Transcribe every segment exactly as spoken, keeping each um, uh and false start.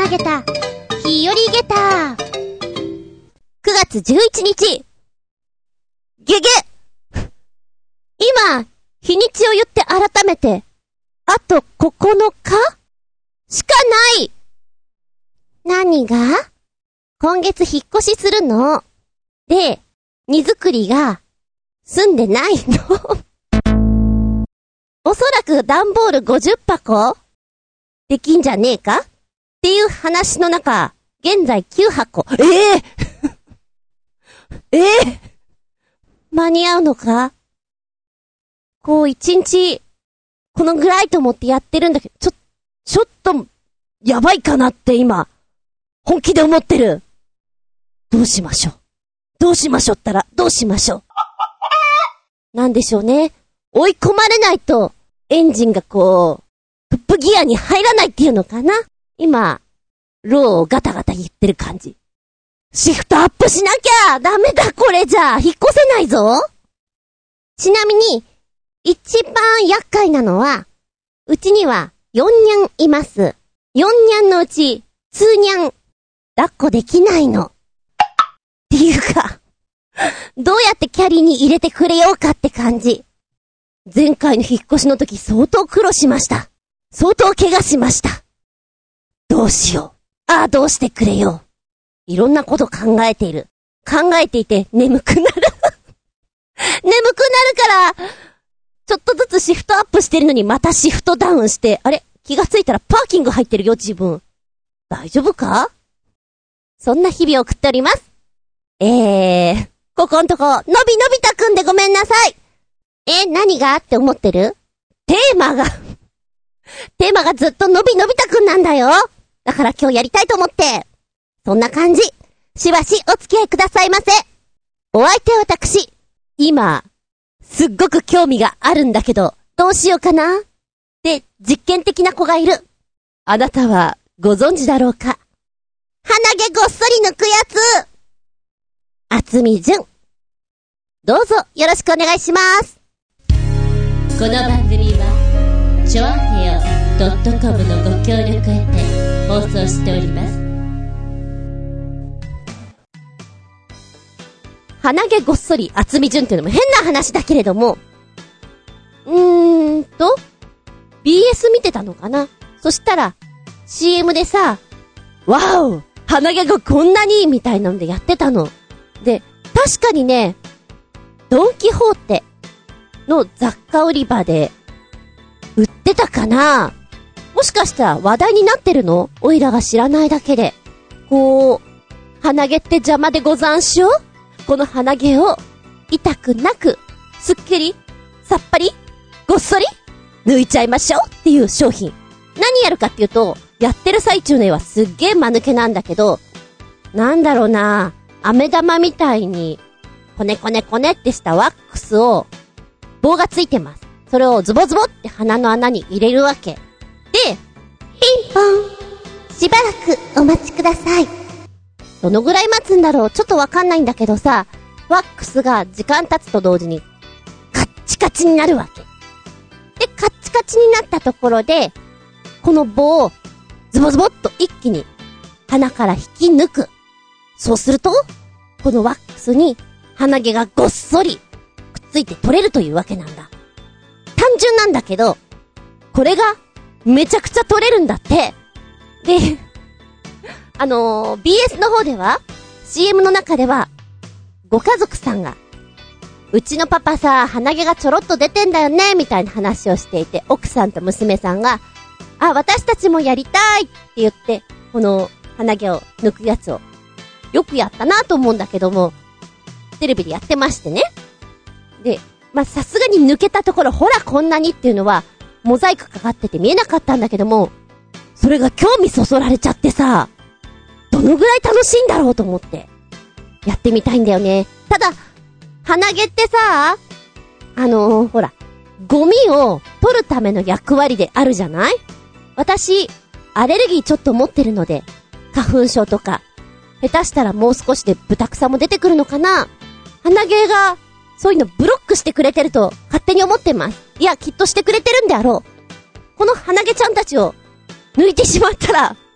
げた、日和げた。くがつじゅういちにち。ゲゲ今、日にちを言って改めて、あとここのかしかない。何が？今月引っ越しするの。で、荷造りが済んでないの。おそらく段ボールごじゅっぱこできんじゃねえかっていう話の中、現在きゅうはこ。ええー、ええー、間に合うのか？こう一日、このぐらいと思ってやってるんだけど、ちょ、ちょっと、やばいかなって今、本気で思ってる。どうしましょう。どうしましょうったら、どうしましょう。なんでしょうね。追い込まれないと、エンジンがこう、トップギアに入らないっていうのかな。今、ローをガタガタ言ってる感じ。シフトアップしなきゃダメだこれじゃ引っ越せないぞ。ちなみに、一番厄介なのは、うちにはよんにゃんいます。よんにゃんのうち、数にゃん、抱っこできないの。っていうか、どうやってキャリーに入れてくれようかって感じ。前回の引っ越しの時相当苦労しました。相当怪我しました。どうしよう。ああ、どうしてくれよ。いろんなこと考えている。考えていて眠くなる。眠くなるから、ちょっとずつシフトアップしてるのにまたシフトダウンして、あれ気がついたらパーキング入ってるよ自分。大丈夫か？そんな日々を送っております。えー、ここんとこ、のびのびたくんでごめんなさい。え、何がって思ってる？テーマが、テーマがずっとのびのびたくんなんだよ。だから今日やりたいと思って。そんな感じ。しばしお付き合いくださいませ。お相手は私。今、すっごく興味があるんだけど、どうしようかなって実験的な子がいる。あなたはご存知だろうか？鼻毛ごっそり抜くやつ。厚み純。どうぞよろしくお願いします。 この番組はチョアヘオ .com のご協力へて放送しております。 鼻毛ごっそり厚み純っていうのも変な話だけれども、うーんと ビーエス 見てたのかな。そしたら シーエム でさ、ワオ鼻毛がこんなにみたいなのでやってたので、確かにね、ドンキホーテの雑貨売り場で売ってたかな。もしかしたら話題になってるの？おいらが知らないだけで。こう鼻毛って邪魔でござんしょ。この鼻毛を痛くなくすっきりさっぱりごっそり抜いちゃいましょうっていう商品。何やるかっていうと、やってる最中の絵はすっげー間抜けなんだけど、なんだろうな、飴玉みたいにこねこねこねってしたワックスを棒がついてます。それをズボズボって鼻の穴に入れるわけで、ピンポン、しばらくお待ちください。どのぐらい待つんだろう、ちょっとわかんないんだけどさ、ワックスが時間経つと同時にカッチカチになるわけで、カッチカチになったところでこの棒をズボズボっと一気に鼻から引き抜く。そうするとこのワックスに鼻毛がごっそりくっついて取れるというわけなんだ。単純なんだけど、これがめちゃくちゃ取れるんだって。で、あのー、ビーエス の方では シーエム の中ではご家族さんが、うちのパパさ、鼻毛がちょろっと出てんだよねみたいな話をしていて、奥さんと娘さんが、あ、私たちもやりたいって言って、この鼻毛を抜くやつをよくやったなと思うんだけども、テレビでやってましてね。で、まあ、さすがに抜けたところ、ほらこんなにっていうのはモザイクかかってて見えなかったんだけども、それが興味そそられちゃってさ、どのぐらい楽しいんだろうと思ってやってみたいんだよね。ただ鼻毛ってさ、あのー、ほらゴミを取るための役割であるじゃない？私アレルギーちょっと持ってるので、花粉症とか下手したらもう少しでブタクサも出てくるのかな。鼻毛がそういうのブロックしてくれてると勝手に思ってます。いや、きっとしてくれてるんであろう。この鼻毛ちゃんたちを抜いてしまったら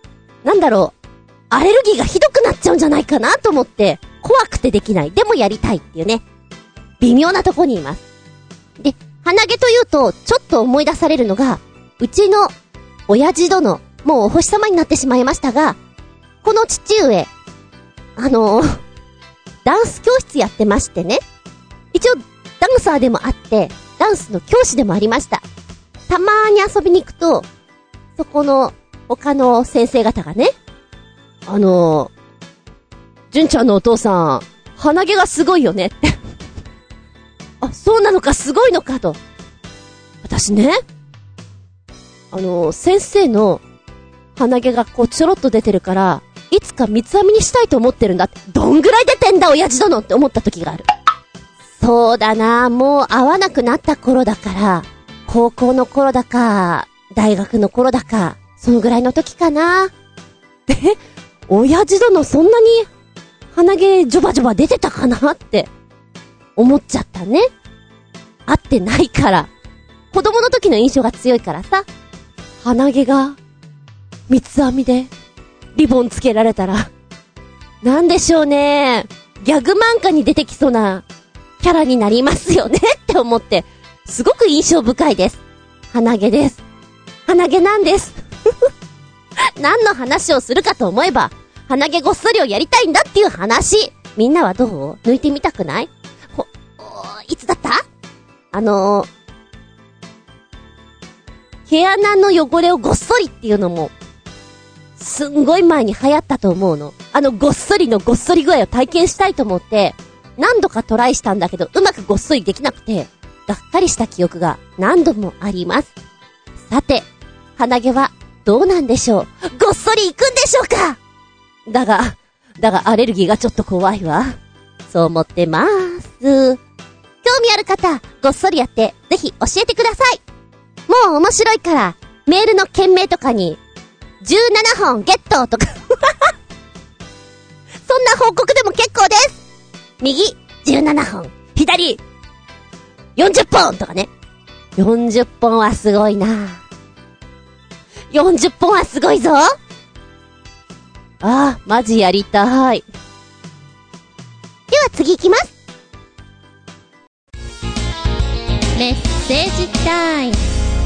なんだろう、アレルギーがひどくなっちゃうんじゃないかなと思って、怖くてできない。でもやりたいっていうね。微妙なとこにいます。で、鼻毛というと、ちょっと思い出されるのが、うちの親父殿、もうお星様になってしまいましたが、この父上、あのー、ダンス教室やってましてね。一応、ダンサーでもあって、ダンスの教師でもありました。たまーに遊びに行くと、そこの他の先生方がね、あのー、純ちゃんのお父さん、鼻毛がすごいよねって。あ、そうなのか、すごいのかと。私ね、あのー、先生の鼻毛がこうちょろっと出てるから、いつか三つ編みにしたいと思ってるんだって。どんぐらい出てんだ親父殿って思った時がある。そうだな、もう会わなくなった頃だから、高校の頃だか、大学の頃だか、そのぐらいの時かな。で、親父殿そんなに鼻毛ジョバジョバ出てたかなって思っちゃったね。会ってないから。子供の時の印象が強いからさ、鼻毛が三つ編みでリボンつけられたら、なんでしょうね。ギャグ漫画に出てきそうなキャラになりますよねって思って、すごく印象深いです。鼻毛です。鼻毛なんです。何の話をするかと思えば、鼻毛ごっそりをやりたいんだっていう話。みんなはどう？抜いてみたくない？ほ、いつだった？あのー、毛穴の汚れをごっそりっていうのも、すんごい前に流行ったと思うの。あのごっそりのごっそり具合を体験したいと思って、何度かトライしたんだけど、うまくごっそりできなくて、がっかりした記憶が何度もあります。さて、鼻毛はどうなんでしょう。ごっそり行くんでしょうか。だが、だがアレルギーがちょっと怖いわ。そう思ってまーす。興味ある方、ごっそりやって、ぜひ教えてください。もう面白いから、メールの件名とかに、じゅうななほんゲットとか。そんな報告でも結構です。右、じゅうななほん。左、よんじゅっぽんとかね。よんじゅっぽんはすごいな。よんじゅっぽんはすごいぞ。ああ、マジやりたい。では次行きます。 メッセージタイム。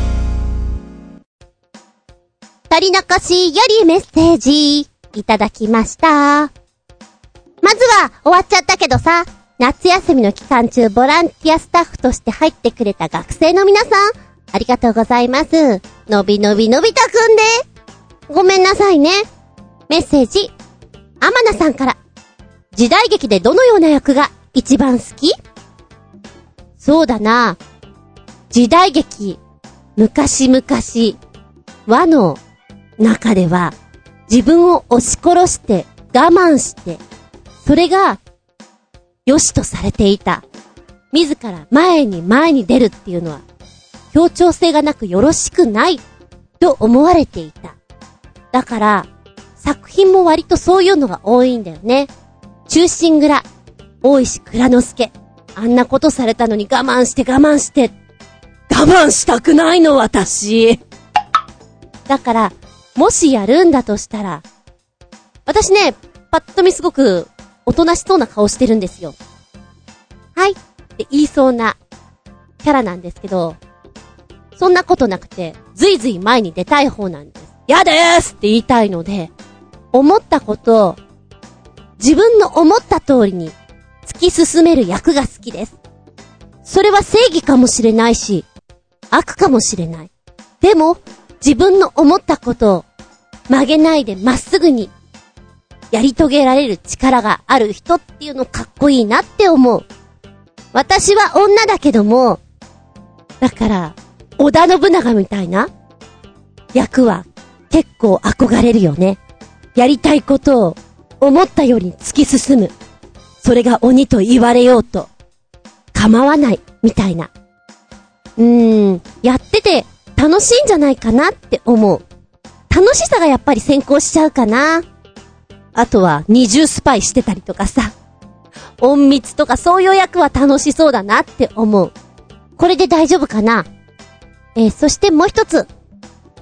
鳥のこしよりメッセージいただきました。まずは終わっちゃったけどさ、夏休みの期間中ボランティアスタッフとして入ってくれた学生の皆さん、ありがとうございます。のびのびのび太くんでごめんなさいね。メッセージ、アマナさんから。時代劇でどのような役が一番好き？そうだな、時代劇、昔々和の中では自分を押し殺して我慢して、それが良しとされていた。自ら前に前に出るっていうのは協調性がなくよろしくないと思われていた。だから作品も割とそういうのが多いんだよね。忠臣蔵、大石蔵之介、あんなことされたのに我慢して我慢して、我慢したくないの私。だからもしやるんだとしたら、私ね、パッと見すごくおとなしそうな顔してるんですよ。はいって言いそうなキャラなんですけど、そんなことなくて、ずいずい前に出たい方なんです。やでーすって言いたいので、思ったことを自分の思った通りに突き進める役が好きです。それは正義かもしれないし、悪かもしれない。でも、自分の思ったことを曲げないでまっすぐにやり遂げられる力がある人っていうのかっこいいなって思う。私は女だけども、だから織田信長みたいな役は結構憧れるよね。やりたいことを思ったより突き進む。それが鬼と言われようと構わないみたいな。うーん、やってて楽しいんじゃないかなって思う。楽しさがやっぱり先行しちゃうかな。あとは二重スパイしてたりとかさ、隠密とかそういう役は楽しそうだなって思う。これで大丈夫かな。えー、そしてもう一つ、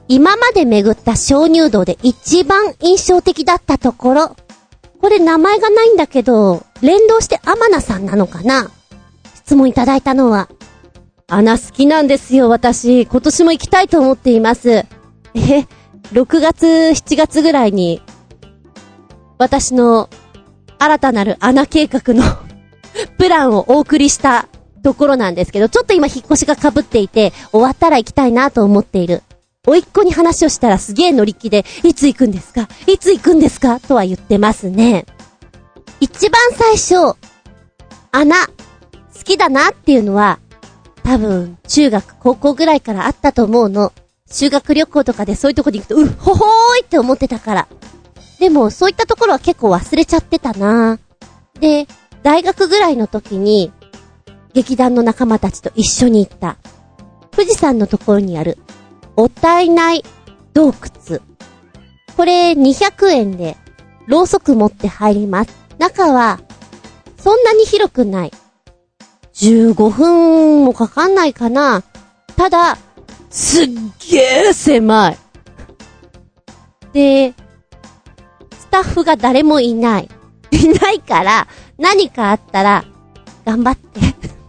今まで巡った鍾乳洞で一番印象的だったところ、これ名前がないんだけど、連動して天名さんなのかな？質問いただいたのは。穴好きなんですよ、私。今年も行きたいと思っています。え、ろくがつ、しちがつぐらいに、私の新たなる穴計画のプランをお送りしたところなんですけど、ちょっと今引っ越しが被っていて、終わったら行きたいなと思っている。おいっ子に話をしたらすげえ乗り気で、いつ行くんですか？いつ行くんですか？とは言ってますね。一番最初、穴、好きだなっていうのは、多分、中学、高校ぐらいからあったと思うの。修学旅行とかでそういうとこに行くと、うっほほーいって思ってたから。でも、そういったところは結構忘れちゃってたな。で、大学ぐらいの時に、劇団の仲間たちと一緒に行った。富士山のところにある、おたいない洞窟。これにひゃくえんで、ろうそく持って入ります。中は、そんなに広くない。じゅうごふんもかかんないかな。ただ、すっげー狭い。で、スタッフが誰もいない。いないから、何かあったら、頑張って。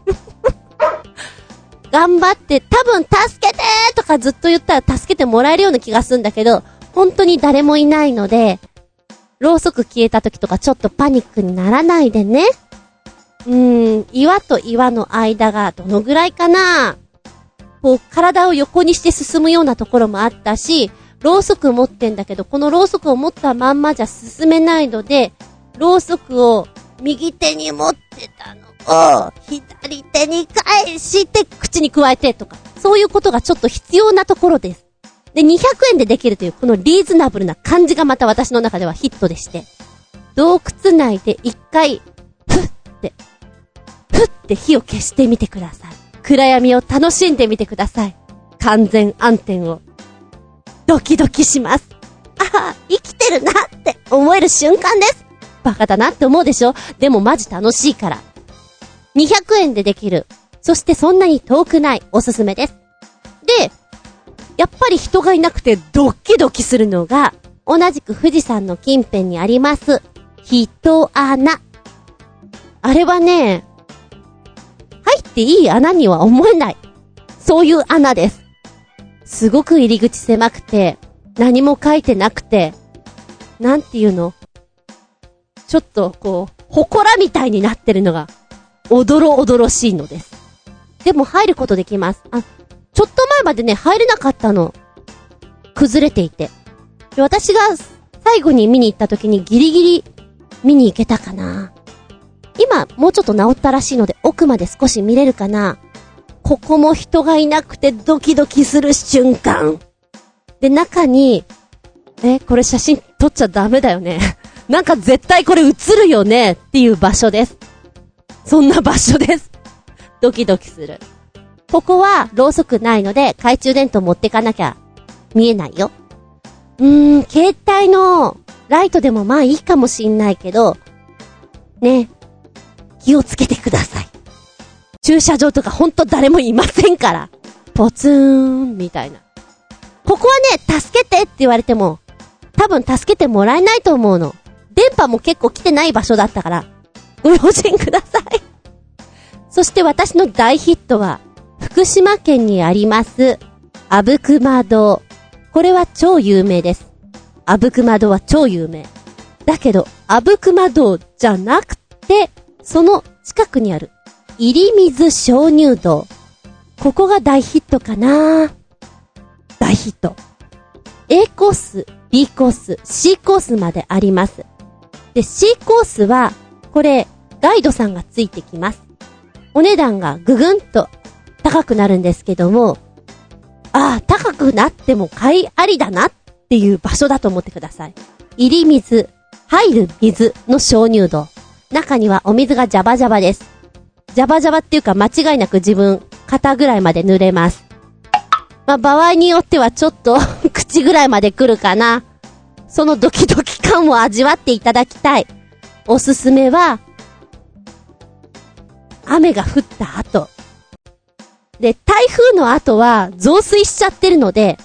頑張って、多分助けてーとかずっと言ったら助けてもらえるような気がするんだけど、本当に誰もいないので、ろうそく消えた時とかちょっとパニックにならないでね。うーん、岩と岩の間がどのぐらいかな。こう、体を横にして進むようなところもあったし、ろうそく持ってんだけど、このろうそくを持ったまんまじゃ進めないので、ろうそくを右手に持ってたのを、左手に返して口に加えてとか、そういうことがちょっと必要なところです。で、にひゃくえんでできるという、このリーズナブルな感じがまた私の中ではヒットでして、洞窟内で一回、ふって、ふって火を消してみてください。暗闇を楽しんでみてください。完全暗転を。ドキドキします。ああ、生きてるなって思える瞬間です。バカだなって思うでしょ？でもマジ楽しいから。にひゃくえんでできる。そしてそんなに遠くない。おすすめです。で、やっぱり人がいなくてドキドキするのが、同じく富士山の近辺にあります、人穴。あれはね、入っていい穴には思えない。そういう穴です。すごく入り口狭くて、何も書いてなくて、なんていうの？ちょっとこう、祠みたいになってるのが、おどろおどろしいのです。でも入ることできます。あ、ちょっと前までね、入れなかったの。崩れていて。で、私が最後に見に行った時にギリギリ見に行けたかな。今、もうちょっと治ったらしいので、奥まで少し見れるかな。ここも人がいなくてドキドキする瞬間。で、中に、え、これ写真撮っちゃダメだよね。なんか絶対これ映るよねっていう場所です。そんな場所です。ドキドキする。ここはろうそくないので懐中電灯持ってかなきゃ見えないよ。うーん、携帯のライトでもまあいいかもしんないけど、ね、気をつけてください。駐車場とかほんと誰もいませんから。ポツーンみたいな。ここはね、助けてって言われても、多分助けてもらえないと思うの。電波も結構来てない場所だったから、ご用心ください。そして私の大ヒットは、福島県にあります、阿武隈堂。これは超有名です。阿武隈堂は超有名。だけど、阿武隈堂じゃなくて、その近くにある、入水鍾乳洞。ここが大ヒットかな。大ヒット。A コース、B コース、C コースまであります。で、C コースは、これ、ガイドさんがついてきます。お値段がぐぐんと高くなるんですけども、ああ、高くなっても買いありだなっていう場所だと思ってください。入り水、入る水の鍾乳洞。中にはお水がジャバジャバです。ジャバジャバっていうか間違いなく自分、肩ぐらいまで濡れます。まあ、場合によってはちょっと口ぐらいまで来るかな。そのドキドキ感を味わっていただきたい。おすすめは、雨が降った後。で、台風の後は増水しちゃってるので、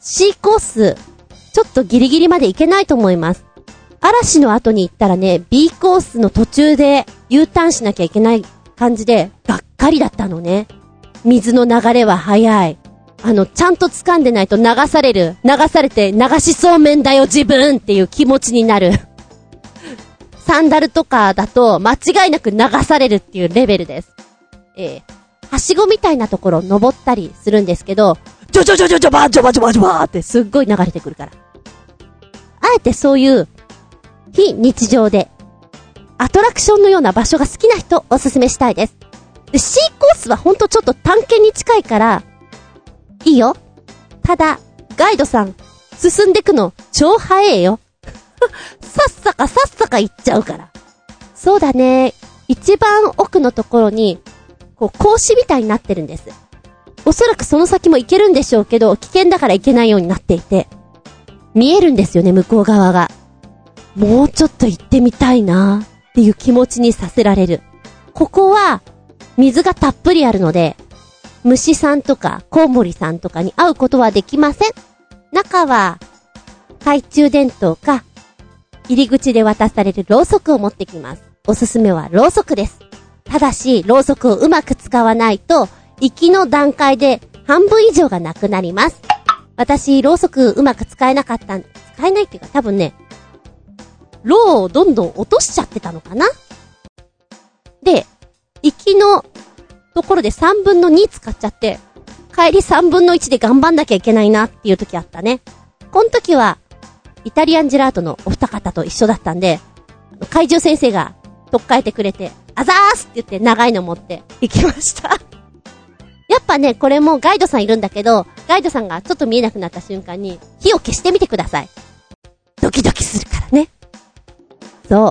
C コース、ちょっとギリギリまで行けないと思います。嵐の後に行ったらね、B コースの途中で U ターンしなきゃいけない感じで、がっかりだったのね。水の流れは速い。あの、ちゃんと掴んでないと流される。流されて流しそうめんだよ自分っていう気持ちになる。サンダルとかだと間違いなく流されるっていうレベルです。えー、はしごみたいなところ登ったりするんですけど、ジョジョジョジョジョバージョバジョバジョバーってすっごい流れてくるから。あえてそういう非日常でアトラクションのような場所が好きな人おすすめしたいです。で、C コースはほんとちょっと探検に近いからいいよ。ただガイドさん進んでくの超早えよ。さっさかさっさか行っちゃうから。そうだね。一番奥のところにこう格子みたいになってるんです。おそらくその先も行けるんでしょうけど、危険だから行けないようになっていて、見えるんですよね、向こう側が。もうちょっと行ってみたいなっていう気持ちにさせられる。ここは水がたっぷりあるので、虫さんとかコウモリさんとかに会うことはできません。中は懐中電灯か入り口で渡されるろうそくを持ってきます。おすすめはろうそくです。ただしろうそくをうまく使わないと行きの段階で半分以上がなくなります。私ろうそくうまく使えなかったん、使えないっていうか多分ね、ろうをどんどん落としちゃってたのかな。で、行きのところでさんぶんのに使っちゃって、帰りさんぶんのいちで頑張んなきゃいけないなっていう時あったね。この時はイタリアンジェラートのお二方と一緒だったんで、怪獣先生が取っ替えてくれて、あざーすって言って長いの持って行きましたやっぱね、これもガイドさんいるんだけど、ガイドさんがちょっと見えなくなった瞬間に火を消してみてください。ドキドキするからね。そう、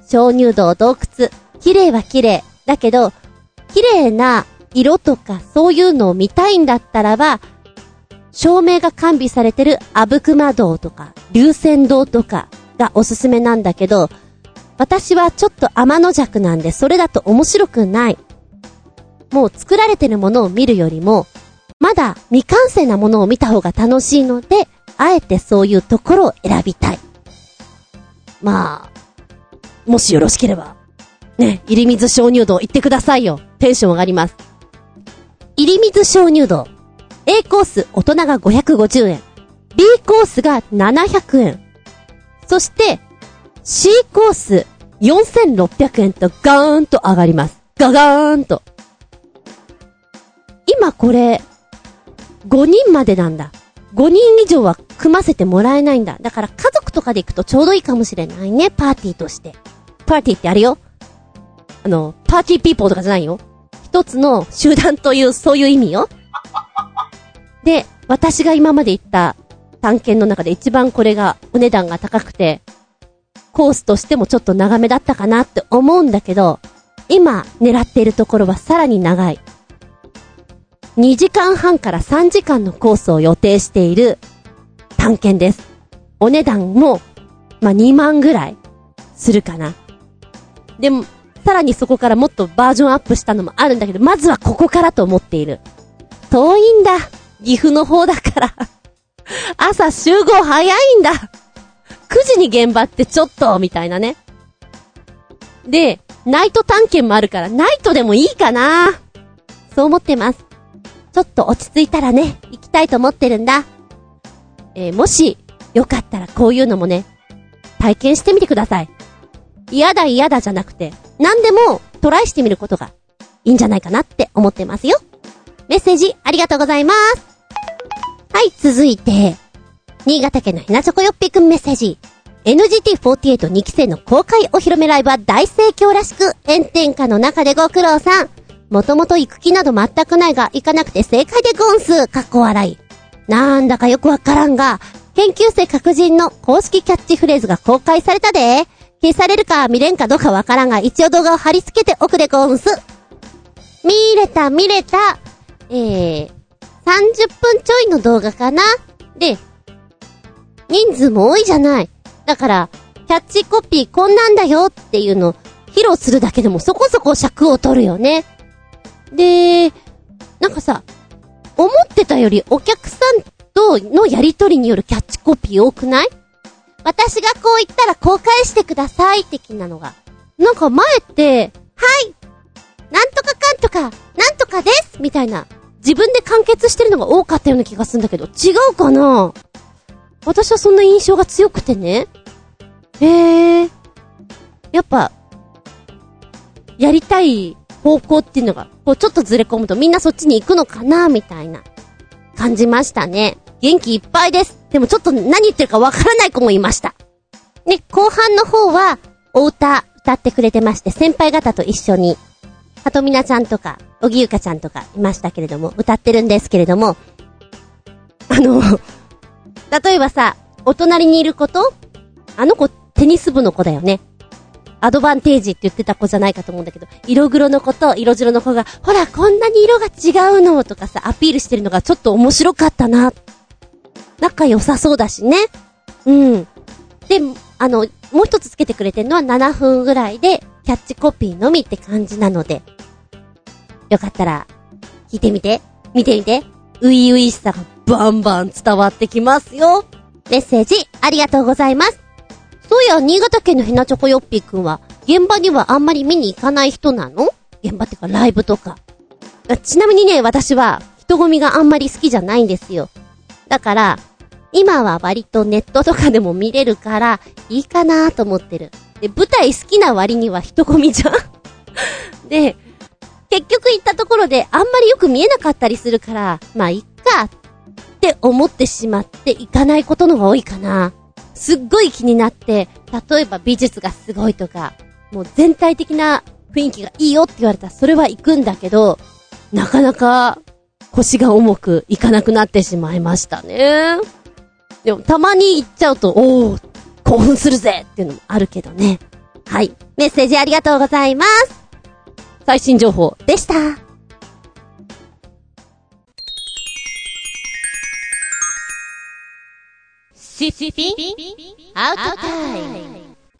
鍾乳洞洞窟、綺麗は綺麗だけど、綺麗な色とかそういうのを見たいんだったらば、照明が完備されてる阿武隈洞とか龍泉洞とかがおすすめなんだけど、私はちょっと天の弱なんでそれだと面白くない。もう作られてるものを見るよりもまだ未完成なものを見た方が楽しいので、あえてそういうところを選びたい。まあもしよろしければね、入水鍾乳洞行ってくださいよ。テンション上がります。入水鍾乳洞 A コース大人がごひゃくごじゅうえん、 B コースがななひゃくえん、そして C コースよんせんろっぴゃくえんとガーンと上がります。ガガーンと。今これごにんまでなんだ。ごにん以上は組ませてもらえないんだ。だから家族とかで行くとちょうどいいかもしれないね。パーティーとして。パーティーってあれよ、あのパーティーピーポーとかじゃないよ。一つの集団というそういう意味よ。で、私が今まで行った探検の中で一番これがお値段が高くて、コースとしてもちょっと長めだったかなって思うんだけど、今狙っているところはさらに長い。にじかんはんからさんじかんのコースを予定している探検です。お値段も、まあ、にまんぐらいするかな。でも、さらにそこからもっとバージョンアップしたのもあるんだけど、まずはここからと思っている。遠いんだ。岐阜の方だから。朝集合早いんだ。くじに現場ってちょっと、みたいなね。で、ナイト探検もあるから、ナイトでもいいかな。そう思ってます。ちょっと落ち着いたらね、行きたいと思ってるんだ。えー、もし、よかったらこういうのもね、体験してみてください。嫌だ嫌だじゃなくて、何でもトライしてみることがいいんじゃないかなって思ってますよ。メッセージありがとうございます。はい、続いて、新潟県のひなチョコよっぴくんメッセージ。エヌジーティーフォーティーエイトにきせいの公開お披露目ライブは大盛況らしく、炎天下の中でご苦労さん。もともと行く気など全くないが、行かなくて正解でゴンス。かっこ笑い。なんだかよくわからんが、研究生各人の公式キャッチフレーズが公開されたで。消されるか見れんかどうかわからんが、一応動画を貼り付けておくれゴンス。見れた見れた。えー、さんじゅっぷんちょいの動画かな。で、人数も多いじゃない。だから、キャッチコピーこんなんだよっていうのを披露するだけでもそこそこ尺を取るよね。で、なんかさ、思ってたよりお客さんとのやりとりによるキャッチコピー多くない？私がこう言ったらこう返してください的なのが。なんか前って、はいなんとかかんとか、なんとかですみたいな、自分で完結してるのが多かったような気がするんだけど、違うかな？私はそんな印象が強くてね。へー。やっぱ、やりたい方向っていうのが、こうちょっとずれ込むとみんなそっちに行くのかなみたいな、感じましたね。元気いっぱいです。でもちょっと何言ってるかわからない子もいました。ね、後半の方は、お歌歌ってくれてまして、先輩方と一緒に、はとみなちゃんとか、おぎゆかちゃんとかいましたけれども、歌ってるんですけれども、あの、例えばさ、お隣にいる子と、あの子テニス部の子だよね。アドバンテージって言ってた子じゃないかと思うんだけど、色黒の子と色白の子が、ほらこんなに色が違うのとかさ、アピールしてるのがちょっと面白かったな。仲良さそうだしね。うん。で、あの、もう一つつけてくれてるのはななふんぐらいで、キャッチコピーのみって感じなので、よかったら、聞いてみて、見てみて、ういういしさがバンバン伝わってきますよ。メッセージ、ありがとうございます。そういや、新潟県のひなチョコヨッピーくんは、現場にはあんまり見に行かない人なの？現場ってかライブとか。ちなみにね、私は、人混みがあんまり好きじゃないんですよ。だから、今は割とネットとかでも見れるから、いいかなと思ってる。で、舞台好きな割には人混みじゃんで、結局行ったところであんまりよく見えなかったりするから、まあいっかって思ってしまって行かないことのが多いかな。すっごい気になって、例えば美術がすごいとか、もう全体的な雰囲気がいいよって言われたらそれは行くんだけど、なかなか腰が重く行かなくなってしまいましたね。でもたまに行っちゃうと、おー、興奮するぜっていうのもあるけどね。はい。メッセージありがとうございます。最新情報でした。 シッピンアウトタイム。 の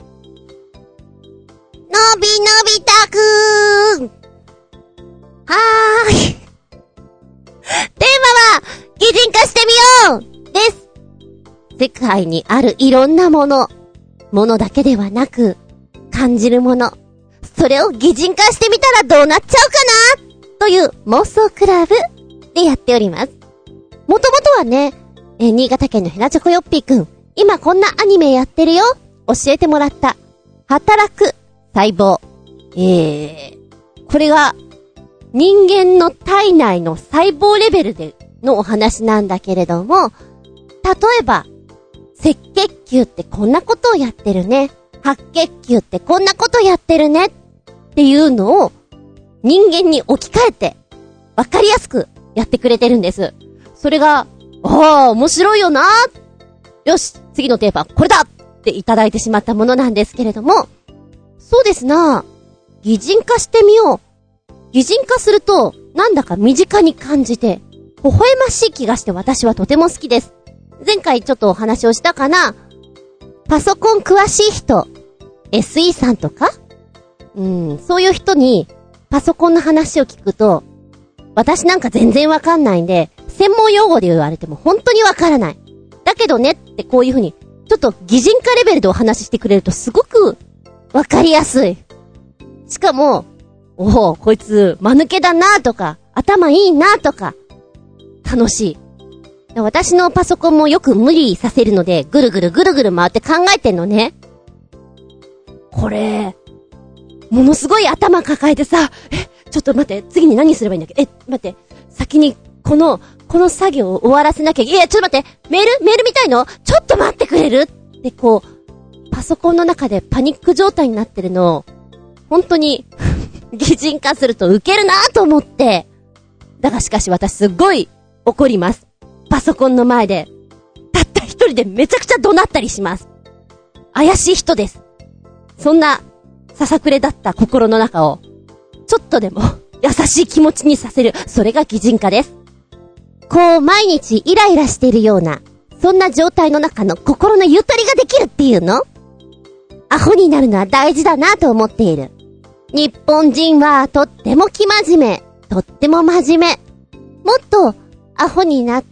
びのびたくーん。はーい。テーマは、擬人化してみようです。世界にあるいろんなもの、ものだけではなく、感じるもの、それを擬人化してみたらどうなっちゃうかなという妄想クラブでやっております。もともとはね、えー、新潟県のヘナチョコヨッピーくん、今こんなアニメやってるよ、教えてもらった、働く細胞。えー、これが、人間の体内の細胞レベルでのお話なんだけれども、例えば、赤血球ってこんなことをやってるね。白血球ってこんなことやってるね。っていうのを人間に置き換えてわかりやすくやってくれてるんです。それが、ああ、面白いよな。よし、次のテーマこれだっていただいてしまったものなんですけれども、そうですな。擬人化してみよう。擬人化するとなんだか身近に感じて微笑ましい気がして私はとても好きです。前回ちょっとお話をしたかな。パソコン詳しい人、エスイー さんとか、うん、そういう人にパソコンの話を聞くと、私なんか全然わかんないんで、専門用語で言われても本当にわからない。だけどねってこういう風に、ちょっと擬人化レベルでお話ししてくれるとすごくわかりやすい。しかも、おお、こいつ間抜けだなとか、頭いいなとか、楽しい。私のパソコンもよく無理させるので、ぐるぐるぐるぐる回って考えてんのね。これ、ものすごい頭抱えてさ、え、ちょっと待って、次に何すればいいんだっけ？え、待って、先にこの、この作業を終わらせなきゃ、いや、ちょっと待って、メールメール見たいの？ちょっと待ってくれる？ってこう、パソコンの中でパニック状態になってるのを、本当に、擬人化するとウケるなと思って、だがしかし私すっごい怒ります。パソコンの前で、たった一人でめちゃくちゃ怒鳴ったりします。怪しい人です。そんな、ささくれだった心の中を、ちょっとでも優しい気持ちにさせる、それが擬人化です。こう毎日イライラしているような、そんな状態の中の心のゆとりができるっていうの？アホになるのは大事だなと思っている。日本人はとっても生真面目、とっても真面目。もっとアホになって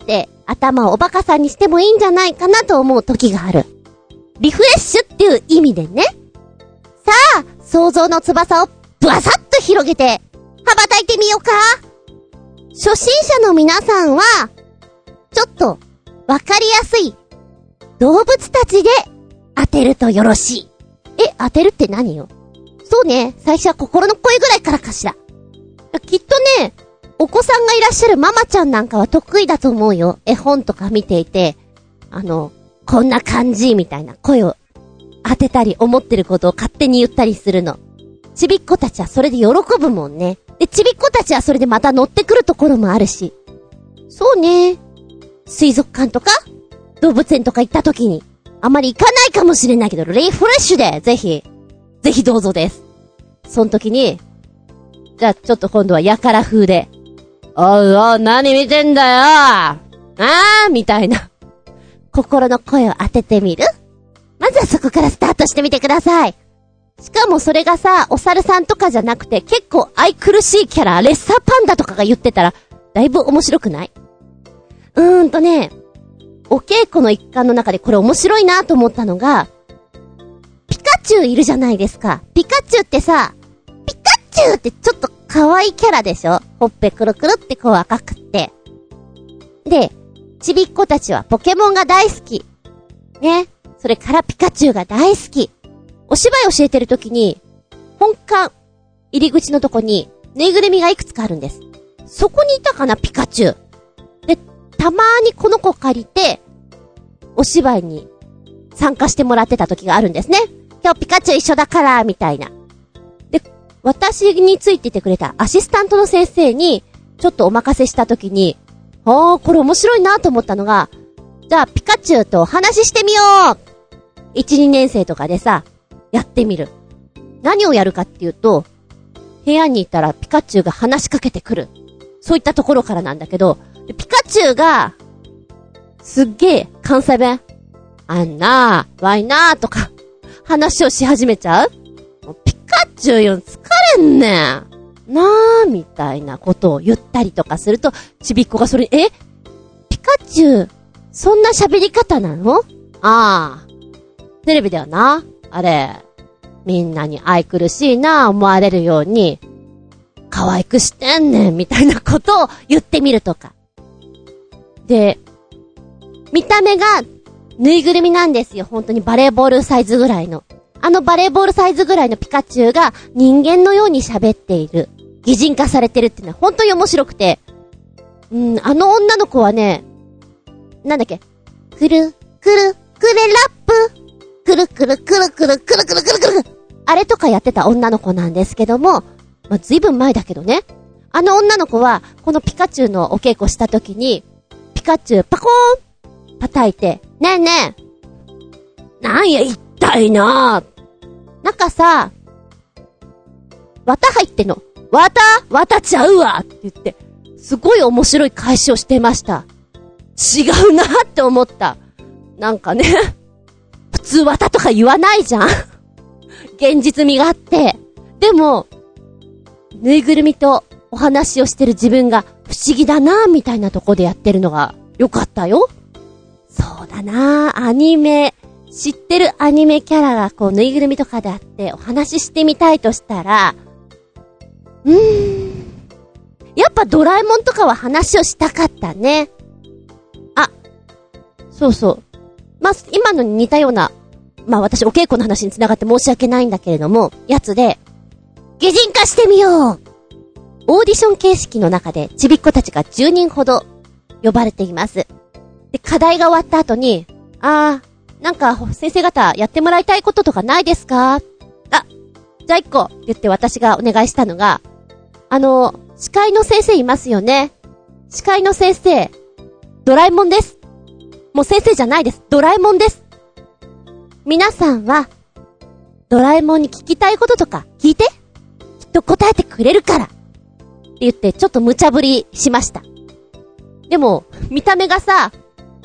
頭をおバカさんにしてもいいんじゃないかなと思う時がある。リフレッシュっていう意味でね。さあ、想像の翼をブワサッと広げて、羽ばたいてみようか。初心者の皆さんは、ちょっと、わかりやすい、動物たちで当てるとよろしい。え、当てるって何よ？そうね、最初は心の声ぐらいからかしら。きっとね、お子さんがいらっしゃるママちゃんなんかは得意だと思うよ。絵本とか見ていて、あの、こんな感じみたいな声を当てたり思ってることを勝手に言ったりするの。ちびっ子たちはそれで喜ぶもんね。で、ちびっ子たちはそれでまた乗ってくるところもあるし。そうね。水族館とか動物園とか行った時に、あまり行かないかもしれないけど、リフレッシュで、ぜひ、ぜひどうぞです。その時に、じゃあちょっと今度はやから風で、おいおい、何見てんだよあーみたいな。心の声を当ててみる？まずはそこからスタートしてみてください。しかもそれがさ、お猿さんとかじゃなくて、結構愛くるしいキャラ、レッサーパンダとかが言ってたら、だいぶ面白くない？うーんとね、お稽古の一環の中でこれ面白いなと思ったのが、ピカチュウいるじゃないですか。ピカチュウってさ、ピカチュウってちょっと可愛いキャラでしょ？ほっぺくるくるってこう赤くって。で、ちびっ子たちはポケモンが大好き。ね。それからピカチュウが大好き。お芝居教えてるときに、本館入り口のとこにぬいぐるみがいくつかあるんです。そこにいたかな、ピカチュウ。で、たまーにこの子借りて、お芝居に参加してもらってた時があるんですね。今日ピカチュウ一緒だから、みたいな。で、私についててくれたアシスタントの先生に、ちょっとお任せした時に、あー、これ面白いなと思ったのが、じゃあピカチュウとお話ししてみよう !いち、にねん生とかでさ、やってみる。何をやるかっていうと、部屋にいたらピカチュウが話しかけてくる。そういったところからなんだけど、ピカチュウが、すっげえ関西弁、あんなー、わいなーとか、話をし始めちゃう？ピカチュウよ、疲れんねん。なー、みたいなことを言ったりとかすると、ちびっこがそれ、え？ピカチュウ、そんな喋り方なの？あー。テレビではな、あれ、みんなに愛くるしいな思われるように、可愛くしてんねん、みたいなことを言ってみるとか。で、見た目がぬいぐるみなんですよ。本当にバレーボールサイズぐらいの。あのバレーボールサイズぐらいのピカチュウが人間のように喋っている。擬人化されてるっていうのは本当に面白くて。うん、あの女の子はね、なんだっけ、くる、くる、くれラップ。くるくるくるくるくるくるくるくるあれとかやってた女の子なんですけども、まあ、ずいぶん前だけどね。あの女の子は、このピカチュウのお稽古した時に、ピカチュウパコーン叩いて、ねえねえ。なんや、痛いなぁ。なんかさ、綿入ってんの。綿綿ちゃうわって言って、すごい面白い返しをしてました。違うなって思った。なんかね。普通綿とか言わないじゃん現実味があって。でも、ぬいぐるみとお話をしてる自分が不思議だなぁみたいなとこでやってるのが良かったよ。そうだなぁ、アニメ、知ってるアニメキャラがこうぬいぐるみとかであってお話ししてみたいとしたら、うーん、やっぱドラえもんとかは話をしたかったね。あ、そうそう。まあ、今のに似たような、まあ私お稽古の話に繋がって申し訳ないんだけれども、やつで、擬人化してみよう！オーディション形式の中でちびっ子たちがじゅうにんほど呼ばれています。で、課題が終わった後に、あー、なんか先生方やってもらいたいこととかないですか？あ、じゃあ一個って言って私がお願いしたのが、あの、司会の先生いますよね。司会の先生、ドラえもんです。もう先生じゃないです。ドラえもんです。皆さんは、ドラえもんに聞きたいこととか聞いて。きっと答えてくれるから。って言ってちょっと無茶ぶりしました。でも、見た目がさ、何 ?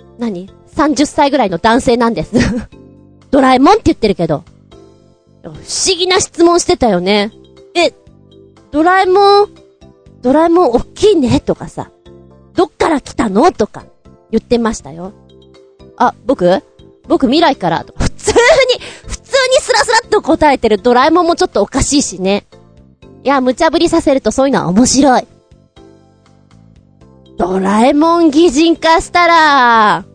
さんじゅっさいぐらいの男性なんです。ドラえもんって言ってるけど。不思議な質問してたよね。え、ドラえもん、ドラえもん大きいねとかさ、どっから来たのとか。 言ってましたよ。あ、僕僕未来からと。普通に、普通にスラスラっと答えてるドラえもんもちょっとおかしいしね。いや、無茶ぶりさせるとそういうのは面白い。ドラえもん擬人化したら、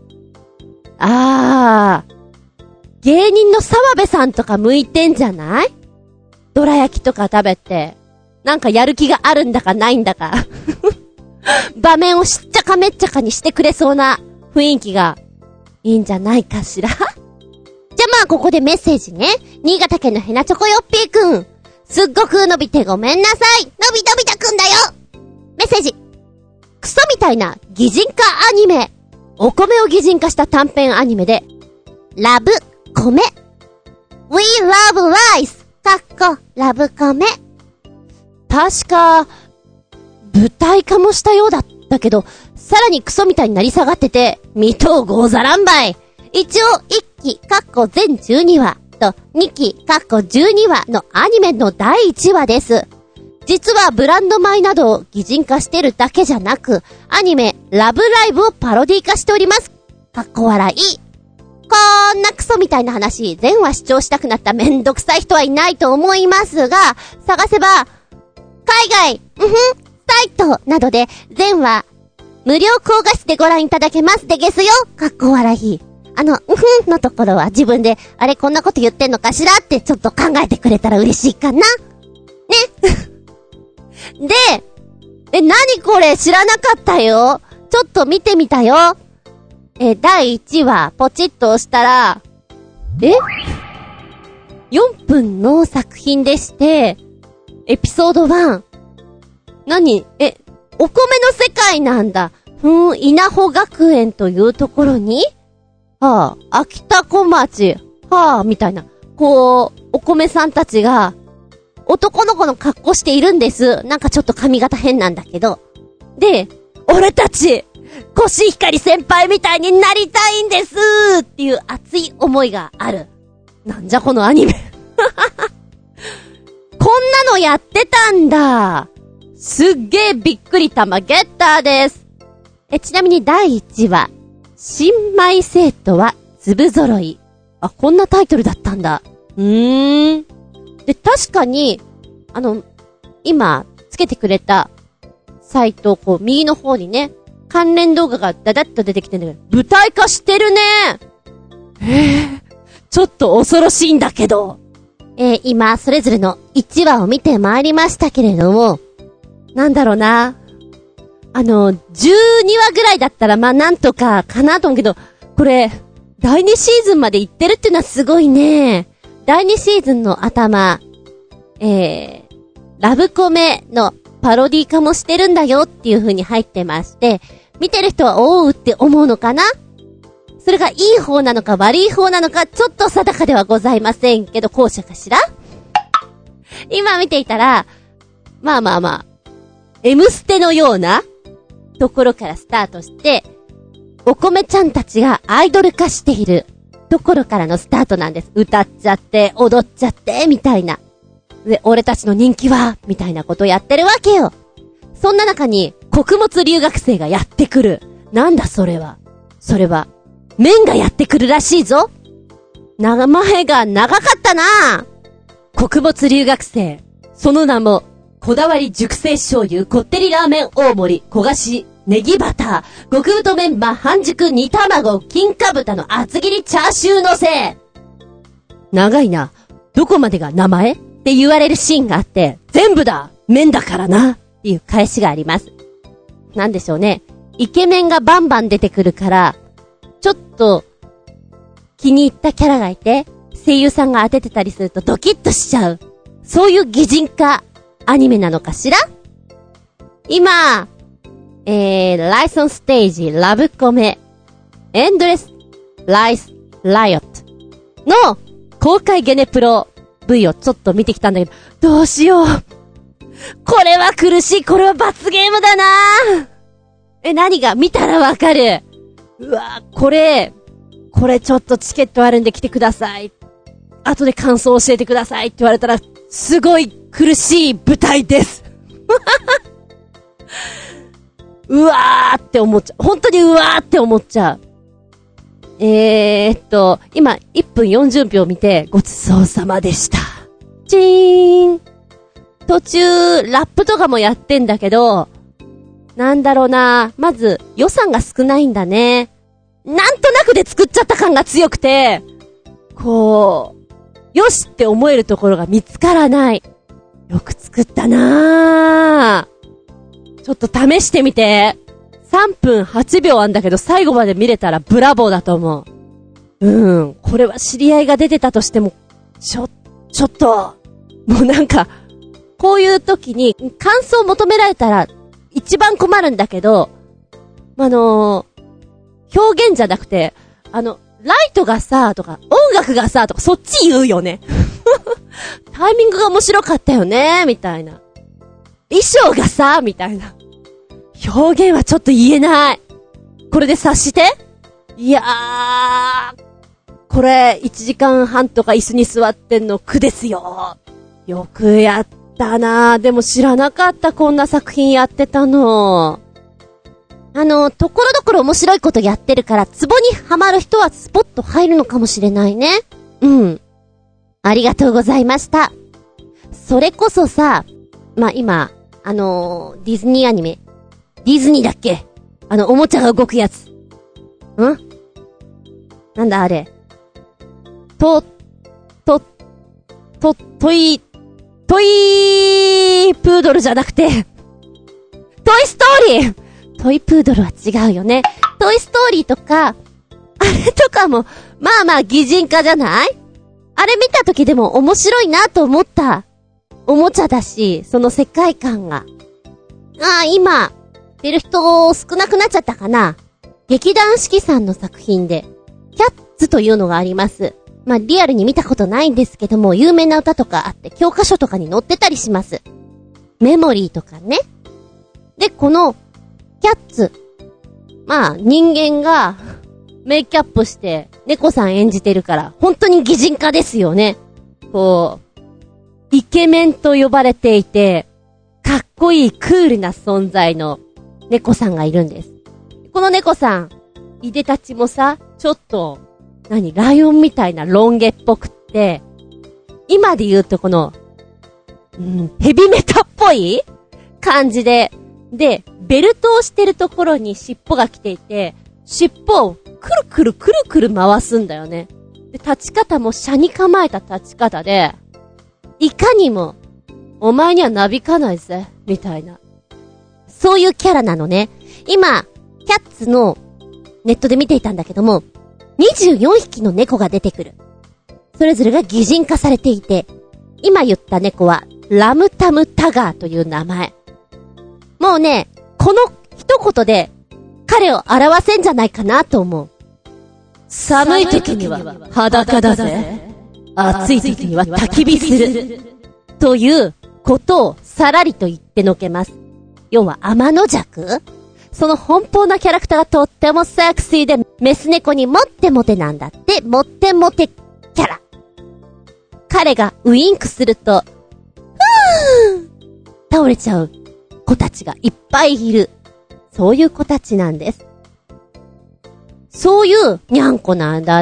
あー、芸人の澤部さんとか向いてんじゃない？ドラ焼きとか食べて、なんかやる気があるんだかないんだか。場面をしっちゃかめっちゃかにしてくれそうな雰囲気がいいんじゃないかしら。じゃあまあここでメッセージね。新潟県のヘナチョコヨッピーくん。すっごく伸びてごめんなさい。のびのび太くんだよ。メッセージ。クソみたいな擬人化アニメ。お米を擬人化した短編アニメで、ラブ米。We love rice. かっこラブ米。確か、舞台化もしたようだったけど、さらにクソみたいになり下がってて、未踏ござらんばい。一応いっき、かっこ全じゅうにわとにき、かっこじゅうにわのアニメのだいいちわです。実はブランド米などを擬人化してるだけじゃなく、アニメラブライブをパロディ化しております。かっこ笑い。こんなクソみたいな話、全話視聴したくなっためんどくさい人はいないと思いますが、探せば、海外、うんふん、サイトなどで全話無料高画質でご覧いただけますでゲスよ。かっこ笑い。あの、うんふんのところは自分で、あれこんなこと言ってんのかしらってちょっと考えてくれたら嬉しいかな。ね。で、え、なにこれ知らなかったよ。ちょっと見てみたよ。え、だいいちわ、ポチッと押したら、え ?よん 分の作品でして、エピソードワン。何え、お米の世界なんだ。ふーん、稲穂学園というところに、はあ、秋田小町、はあ、みたいな。こう、お米さんたちが、男の子の格好しているんです。なんかちょっと髪型変なんだけど。で、俺たち、コシヒカリ先輩みたいになりたいんですっていう熱い思いがある。なんじゃこのアニメ。こんなのやってたんだ。すっげーびっくり玉ゲッターです。え、ちなみにだいいちわ、新米生徒は粒揃い。あ、こんなタイトルだったんだ。うーん。で、確かに、あの、今、つけてくれたサイト、こう、右の方にね、関連動画がダダッと出てきてるんだけど、舞台化してるね。へぇ、ちょっと恐ろしいんだけど。えー、今、それぞれのいちわを見てまいりましたけれども、なんだろうな。あの、じゅうにわぐらいだったら、まあ、なんとかかなと思うけど、これ、だいにシーズンまで行ってるっていうのはすごいね。だいにシーズンの頭、えー、ラブコメのパロディ化もしてるんだよっていう風に入ってまして、見てる人はおうって思うのかな？それがいい方なのか悪い方なのかちょっと定かではございませんけど、後者かしら？今見ていたら、まあまあまあ、M ステのようなところからスタートして、お米ちゃんたちがアイドル化しているところからのスタートなんです。歌っちゃって、踊っちゃって、みたいな。で、俺たちの人気は、みたいなことをやってるわけよ。そんな中に、穀物留学生がやってくる。なんだそれは。それは、麺がやってくるらしいぞ。名前が長かったな。穀物留学生。その名も、こだわり熟成醤油、こってりラーメン大盛り、焦がし、ネギバター、極太メンマ、半熟煮卵、金華豚の厚切りチャーシューのせ。長いな。どこまでが名前って言われるシーンがあって、全部だ麺だからなっていう返しがあります。なんでしょうね。イケメンがバンバン出てくるから、ちょっと気に入ったキャラがいて、声優さんが当ててたりするとドキッとしちゃう。そういう擬人化アニメなのかしら？今、えー、ライソンステージ、ラブコメ、エンドレス、ライス、ライオットの公開ゲネプロ V をちょっと見てきたんだけど、どうしよう。これは苦しい、これは罰ゲームだな。え、何が見たらわかる。うわ、これ、これちょっとチケットあるんで来てください。後で感想教えてくださいって言われたら、すごい苦しい舞台です。 うわーって思っちゃう。本当にうわーって思っちゃう。えーっと、今、いっぷんよんじゅうびょう見て、ごちそうさまでした。チーン。途中、ラップとかもやってんだけど、なんだろうな、まず、予算が少ないんだね。なんとなくで作っちゃった感が強くて、こう、よしって思えるところが見つからない。よく作ったなぁ。ちょっと試してみて。さんぷんはちびょうあんだけど最後まで見れたらブラボーだと思う。うん。これは知り合いが出てたとしても、ちょ、ちょっと、もうなんか、こういう時に感想を求められたら一番困るんだけど、あのー、表現じゃなくて、あの、ライトがさ、とか、音楽がさ、とか、そっち言うよね。タイミングが面白かったよね、みたいな。衣装がさ、みたいな。表現はちょっと言えない。これで察して。いやー、これ、いちじかんはんとか椅子に座ってんの苦ですよ。よくやったなぁ。でも知らなかった、こんな作品やってたの。あの、ところどころ面白いことやってるから、ツボにはまる人はスポッと入るのかもしれないね。うん。ありがとうございました。それこそさ、まあ、今、あのー、ディズニーアニメ。ディズニーだっけ？あの、おもちゃが動くやつ。ん？なんだあれ。と、と、と、トイ、トイプードルじゃなくて、トイストーリー！トイプードルは違うよね。トイストーリーとか、あれとかも、まあまあ擬人化じゃない？あれ見た時でも面白いなと思った。おもちゃだし、その世界観が。ああ、今、出る人少なくなっちゃったかな。劇団四季さんの作品で、キャッツというのがあります。まあリアルに見たことないんですけども、有名な歌とかあって、教科書とかに載ってたりします。メモリーとかね。で、この、キャッツ。まあ、人間が、メイキャップして、猫さん演じてるから、本当に擬人化ですよね。こう、イケメンと呼ばれていて、かっこいいクールな存在の猫さんがいるんです。この猫さん、いでたちもさ、ちょっと、何、ライオンみたいなロン毛っぽくって、今で言うとこの、うん、ヘビメタっぽい感じで、で、ベルトをしてるところに尻尾が来ていて、尻尾をくるくるくるくる回すんだよね。で、立ち方も斜に構えた立ち方で、いかにも、お前にはなびかないぜ、みたいな。そういうキャラなのね。今、キャッツのネットで見ていたんだけども、にじゅうよんひきの猫が出てくる。それぞれが擬人化されていて、今言った猫は、ラムタムタガーという名前。もうね、この一言で、彼を表せんじゃないかなと思う。寒い時には裸だぜ。暑い時には焚き火する。ということをさらりと言ってのけます。要は天の弱？その奔放なキャラクターがとってもセクシーで、メス猫にもってもてなんだって、もってもてキャラ。彼がウインクすると、ふー倒れちゃう子たちがいっぱいいる。そういう子たちなんです。そういうニャンコなんだって。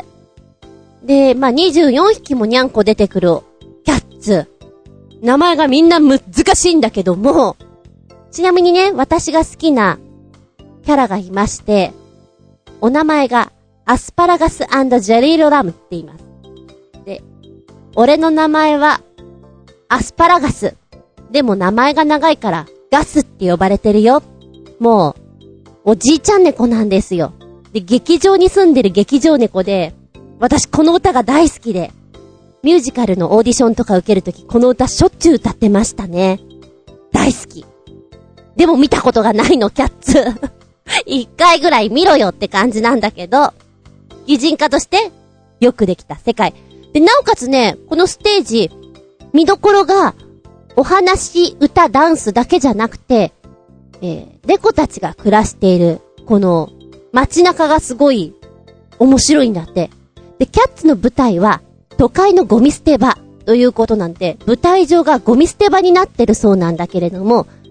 で、まあ、にじゅうよんひきもニャンコ出てくるキャッツ。名前がみんな難しいんだけども、ちなみにね、私が好きなキャラがいまして、お名前がアスパラガス&ジェリーロラムって言います。で、俺の名前はアスパラガス。でも名前が長いからガスって呼ばれてるよ。もう、おじいちゃん猫なんですよ。で、劇場に住んでる劇場猫で、私この歌が大好きで、ミュージカルのオーディションとか受けるとき、この歌しょっちゅう歌ってましたね。大好き。でも見たことがないの、キャッツ。一回ぐらい見ろよって感じなんだけど、擬人化としてよくできた世界。で、なおかつね、このステージ、見どころが、お話、歌、ダンスだけじゃなくて、えー、猫たちが暮らしている、この、街中がすごい、面白いんだって。で、キャッツの舞台は、都会のゴミ捨て場、ということなんで、舞台上がゴミ捨て場になってるそうなんだけれども、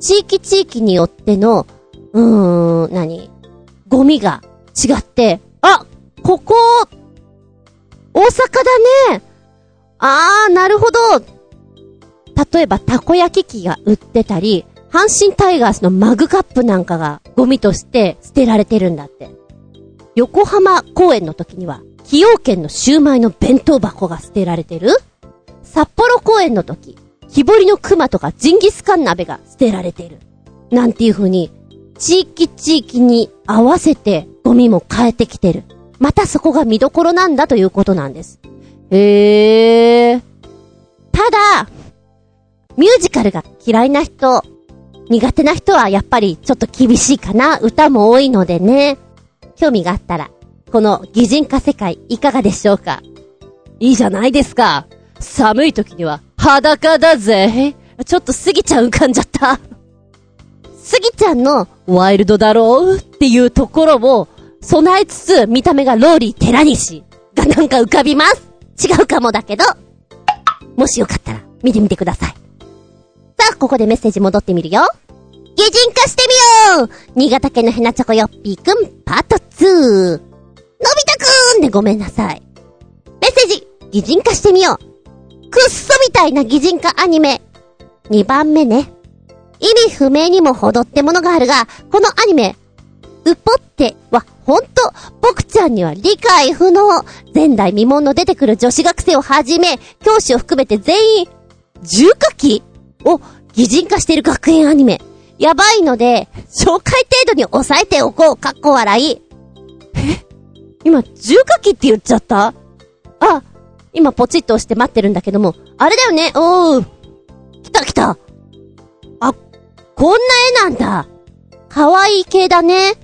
地域地域によっての、うーん、何ゴミが違って、あ、ここ、大阪だね。あー、なるほど。例えば、たこ焼き器が売ってたり、阪神タイガースのマグカップなんかがゴミとして捨てられてるんだって。横浜公演の時には、崎陽軒のシューマイの弁当箱が捨てられてる？札幌公演の時、木彫りの熊とかジンギスカン鍋が捨てられてる。なんていう風に、地域地域に合わせてゴミも変えてきてる。またそこが見どころなんだということなんです。へー。ただ、ミュージカルが嫌いな人、苦手な人はやっぱりちょっと厳しいかな。歌も多いのでね。興味があったら、この擬人化世界いかがでしょうか。いいじゃないですか。寒い時には裸だぜ。ちょっとスギちゃん浮かんじゃった。スギちゃんのワイルドだろうっていうところを備えつつ、見た目がローリー寺西がなんか浮かびます。違うかもだけど、もしよかったら見てみてください。さあ、ここでメッセージ戻ってみるよ。擬人化してみよう。新潟県のヘナチョコヨッピーくんパートツー。のび太くんでごめんなさい。メッセージ、擬人化してみよう。くっそみたいな擬人化アニメ。にばんめね。意味不明にも程ってものがあるが、このアニメ、うぽってはほんと、僕ちゃんには理解不能。前代未聞の出てくる女子学生をはじめ、教師を含めて全員、重火器を擬人化している学園アニメ。やばいので、紹介程度に抑えておこう。かっこ笑い。え？今、重火器って言っちゃった？あ、今ポチッと押して待ってるんだけども、あれだよね。おー。来た来た。あ、こんな絵なんだ。かわいい系だね。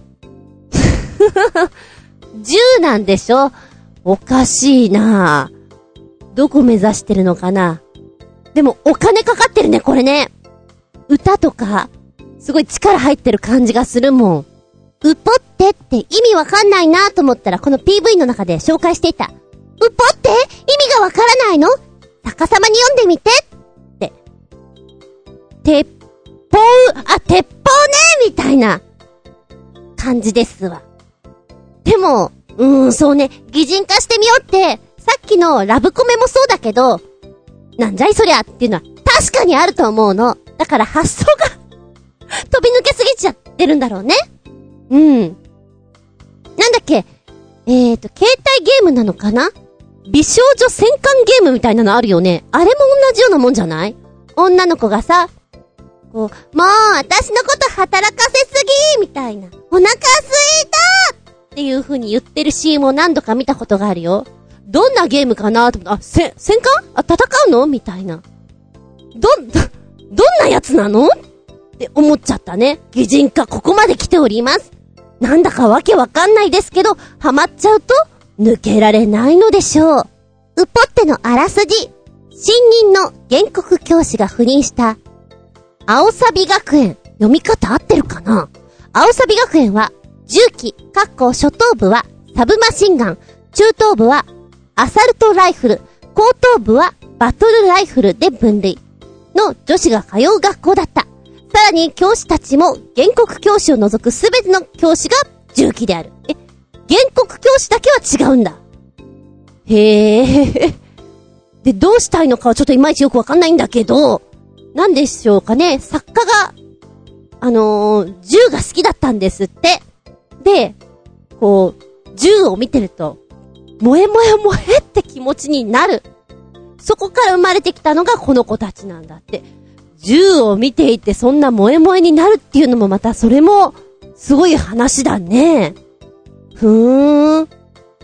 じゅうなんでしょ？おかしいな。どこ目指してるのかな。でもお金かかってるね、これね。歌とかすごい力入ってる感じがするもん。うぽってって意味わかんないなと思ったら、この ピーブイ の中で紹介していた。うぽって意味がわからないの？逆さまに読んでみてって。鉄砲、あ、鉄砲ねみたいな感じですわ。でも、うーん、そうね、擬人化してみようって、さっきのラブコメもそうだけど、なんじゃいそりゃっていうのは確かにあると思うの。だから発想が飛び抜けすぎちゃってるんだろうね。うん。なんだっけ、えーと、携帯ゲームなのかな？美少女戦艦ゲームみたいなのあるよね。あれも同じようなもんじゃない？女の子がさ、こう、もう私のこと働かせすぎみたいな。お腹すいたっていう風に言ってるシーンを何度か見たことがあるよ。どんなゲームかなと思って、あ、せ、戦艦？あ、戦うの？みたいな。ど、ど、どんなやつなの？って思っちゃったね。擬人化ここまで来ております。なんだかわけわかんないですけど、ハマっちゃうと抜けられないのでしょう。うぽってのあらすじ。新任の原告教師が赴任した青サビ学園。読み方合ってるかな？青サビ学園は銃器、かっこ初等部はサブマシンガン、中等部はアサルトライフル、高等部はバトルライフルで分類の女子が通う学校だった。さらに教師たちも原告教師を除くすべての教師が銃器である。え、原告教師だけは違うんだ。へー。で、どうしたいのかはちょっといまいちよくわかんないんだけど、なんでしょうかね。作家が、あのー、銃が好きだったんですって。で、こう、銃を見てると、萌え萌え萌えって気持ちになる。そこから生まれてきたのがこの子たちなんだって。銃を見ていてそんな萌え萌えになるっていうのもまたそれもすごい話だね。ふーん。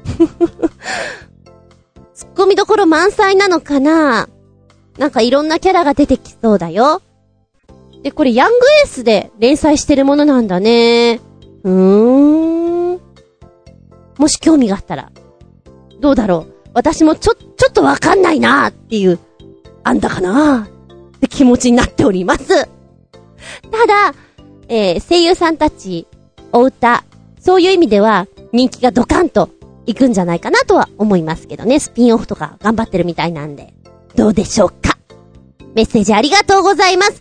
ツッコミどころ満載なのかな？なんかいろんなキャラが出てきそうだよ。で、これヤングエースで連載してるものなんだね。うーん。もし興味があったら、どうだろう。私もちょ、ちょっとわかんないなーっていう、あんだかなーって気持ちになっております。ただ、えー、声優さんたち、お歌、そういう意味では人気がドカンといくんじゃないかなとは思いますけどね。スピンオフとか頑張ってるみたいなんで。どうでしょうか。メッセージありがとうございます。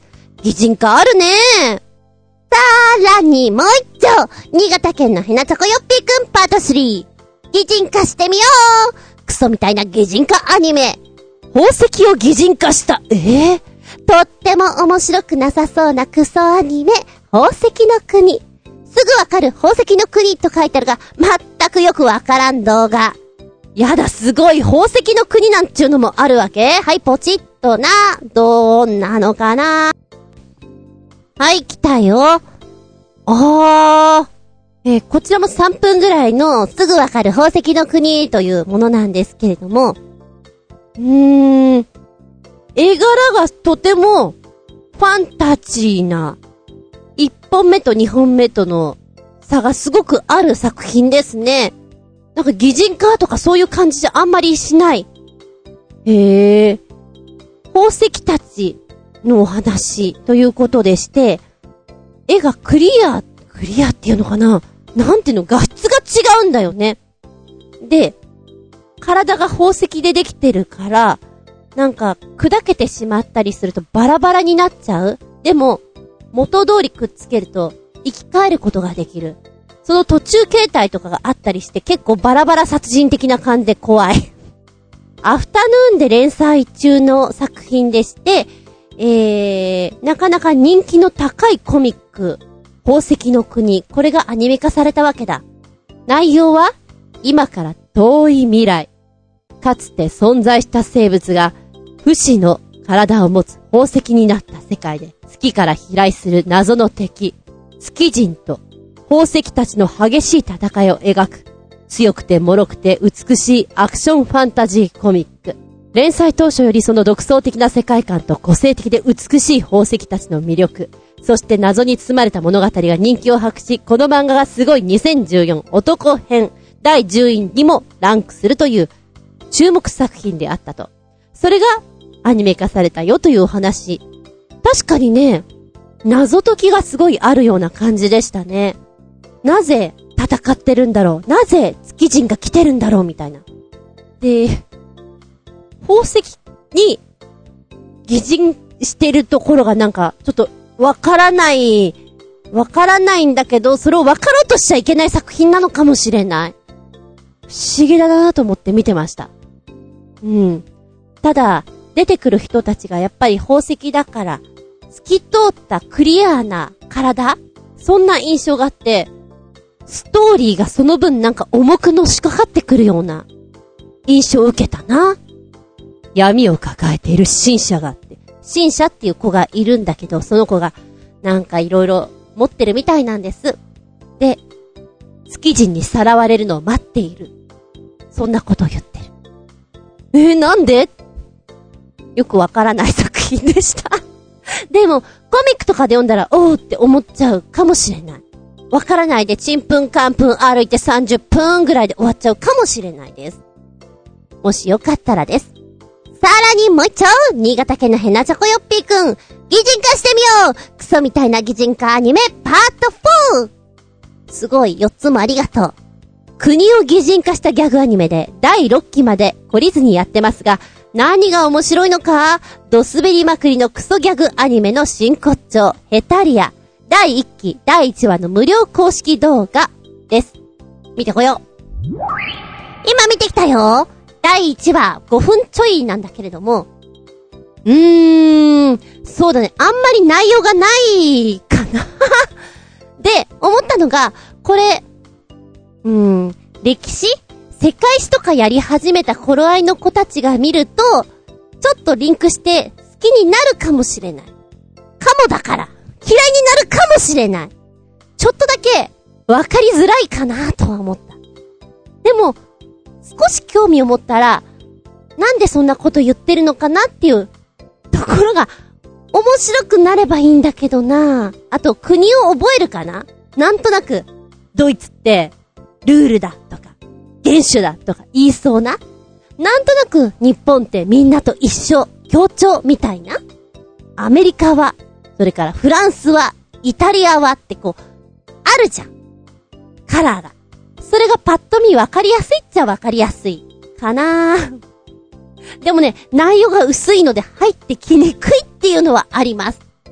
擬人化あるね。さらにもう一丁、新潟県のヘナチョコヨッピーくんパートスリー。擬人化してみよう。クソみたいな擬人化アニメ。宝石を擬人化した。えー、とっても面白くなさそうなクソアニメ、宝石の国。すぐわかる宝石の国と書いてあるが、全くよくわからん動画。やだ、すごい宝石の国なんちゅうのもあるわけ。はい、ポチッとな。どんなのかな。はい、来たよ。あー。えー、こちらもさんぷんぐらいのすぐわかる宝石の国というものなんですけれども、うーん、絵柄がとてもファンタジーな、いっぽんめとにほんめとの差がすごくある作品ですね。なんか擬人化とかそういう感じじゃあんまりしない。へえ。宝石たちのお話ということでして、絵がクリア、クリアっていうのかな？なんていうの、画質が違うんだよね。で、体が宝石でできてるから、なんか砕けてしまったりするとバラバラになっちゃう。でも、元通りくっつけると生き返ることができる。その途中形態とかがあったりして結構バラバラ殺人的な感じで怖い。アフタヌーンで連載中の作品でして、えー、なかなか人気の高いコミック、宝石の国、これがアニメ化されたわけだ。内容は、今から遠い未来、かつて存在した生物が不死の体を持つ宝石になった世界で月から飛来する謎の敵、月人と宝石たちの激しい戦いを描く、強くて脆くて美しいアクションファンタジーコミック。連載当初よりその独創的な世界観と個性的で美しい宝石たちの魅力、そして謎に包まれた物語が人気を博し、この漫画がすごいにせんじゅうよん男編だいじゅういにもランクするという注目作品であったと。それがアニメ化されたよというお話。確かにね、謎解きがすごいあるような感じでしたね。なぜ戦ってるんだろう、なぜ月人が来てるんだろうみたいな。で、宝石に擬人してるところがなんかちょっとわからないわからないんだけど、それをわかろうとしちゃいけない作品なのかもしれない。不思議だなと思って見てました。うん。ただ出てくる人たちがやっぱり宝石だから透き通ったクリアな体、そんな印象があって、ストーリーがその分なんか重くのしかかってくるような印象を受けたな。闇を抱えている神社があって、神社っていう子がいるんだけど、その子がなんかいろいろ持ってるみたいなんです。で、月人にさらわれるのを待っている。そんなことを言ってる。えー、なんで？よくわからない作品でした。でも、コミックとかで読んだら、おーって思っちゃうかもしれない。わからないでちんぷんかんぷん歩いてさんじゅっぷんぐらいで終わっちゃうかもしれないです。もしよかったらです。さらにもう一丁、新潟県のヘナチョコヨッピーくん、擬人化してみよう。クソみたいな擬人化アニメパートフォー。すごい、よっつもありがとう。国を擬人化したギャグアニメでだいろっきまで懲りずにやってますが、何が面白いのか、ドスベリまくりのクソギャグアニメの真骨頂、ヘタリアだいいっきだいいちわの無料公式動画です。見てこよう。今見てきたよ。だいいちわごふんちょいなんだけれども、うーん、そうだね、あんまり内容がないかなで、思ったのが、これうーん、歴史世界史とかやり始めた頃合いの子たちが見ると、ちょっとリンクして好きになるかもしれない。かもだから、嫌いになるかもしれない。ちょっとだけわかりづらいかなとは思った。でも、少し興味を持ったら、なんでそんなこと言ってるのかなっていうところが面白くなればいいんだけどな。あと国を覚えるかな。なんとなくドイツってルールだとか原種だとか言いそうな。なんとなく日本ってみんなと一緒、協調みたいな。アメリカは、それからフランスは、イタリアはってこうあるじゃん。カラーが。それがパッと見分かりやすいっちゃ分かりやすいかな。でもね、内容が薄いので入ってきにくいっていうのはあります。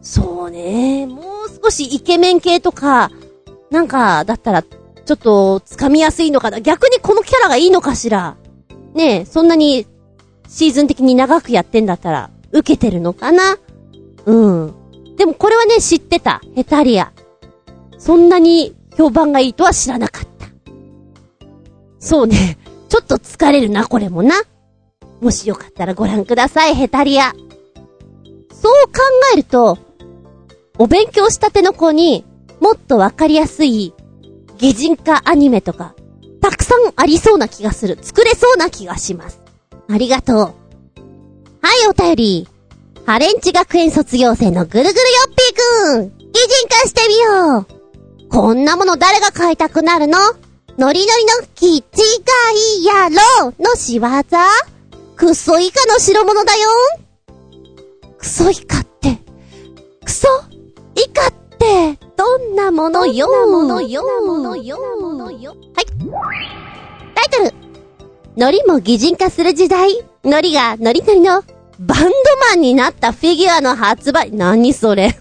そうね。もう少しイケメン系とか、なんか、だったら、ちょっと、つかみやすいのかな。逆にこのキャラがいいのかしら。ねえ、そんなに、シーズン的に長くやってんだったら、受けてるのかな。うん。でもこれはね、知ってた。ヘタリア。そんなに評判がいいとは知らなかった。そうね。ちょっと疲れるな、これもな。もしよかったらご覧ください、ヘタリア。そう考えると、お勉強したての子にもっとわかりやすい擬人化アニメとかたくさんありそうな気がする。作れそうな気がします。ありがとう。はい、お便り。ハレンチ学園卒業生のぐるぐるよっぴーくん。擬人化してみよう。こんなもの誰が買いたくなるの？ノリノリの気違い野郎の仕業？クソイカの代物だよ。クソイカって、クソイカって、どんなものよ。どんなものよ。どんなものよ。どんなものよ。はい。タイトル。ノリも擬人化する時代。ノリがノリノリのバンドマンになったフィギュアの発売。何それ。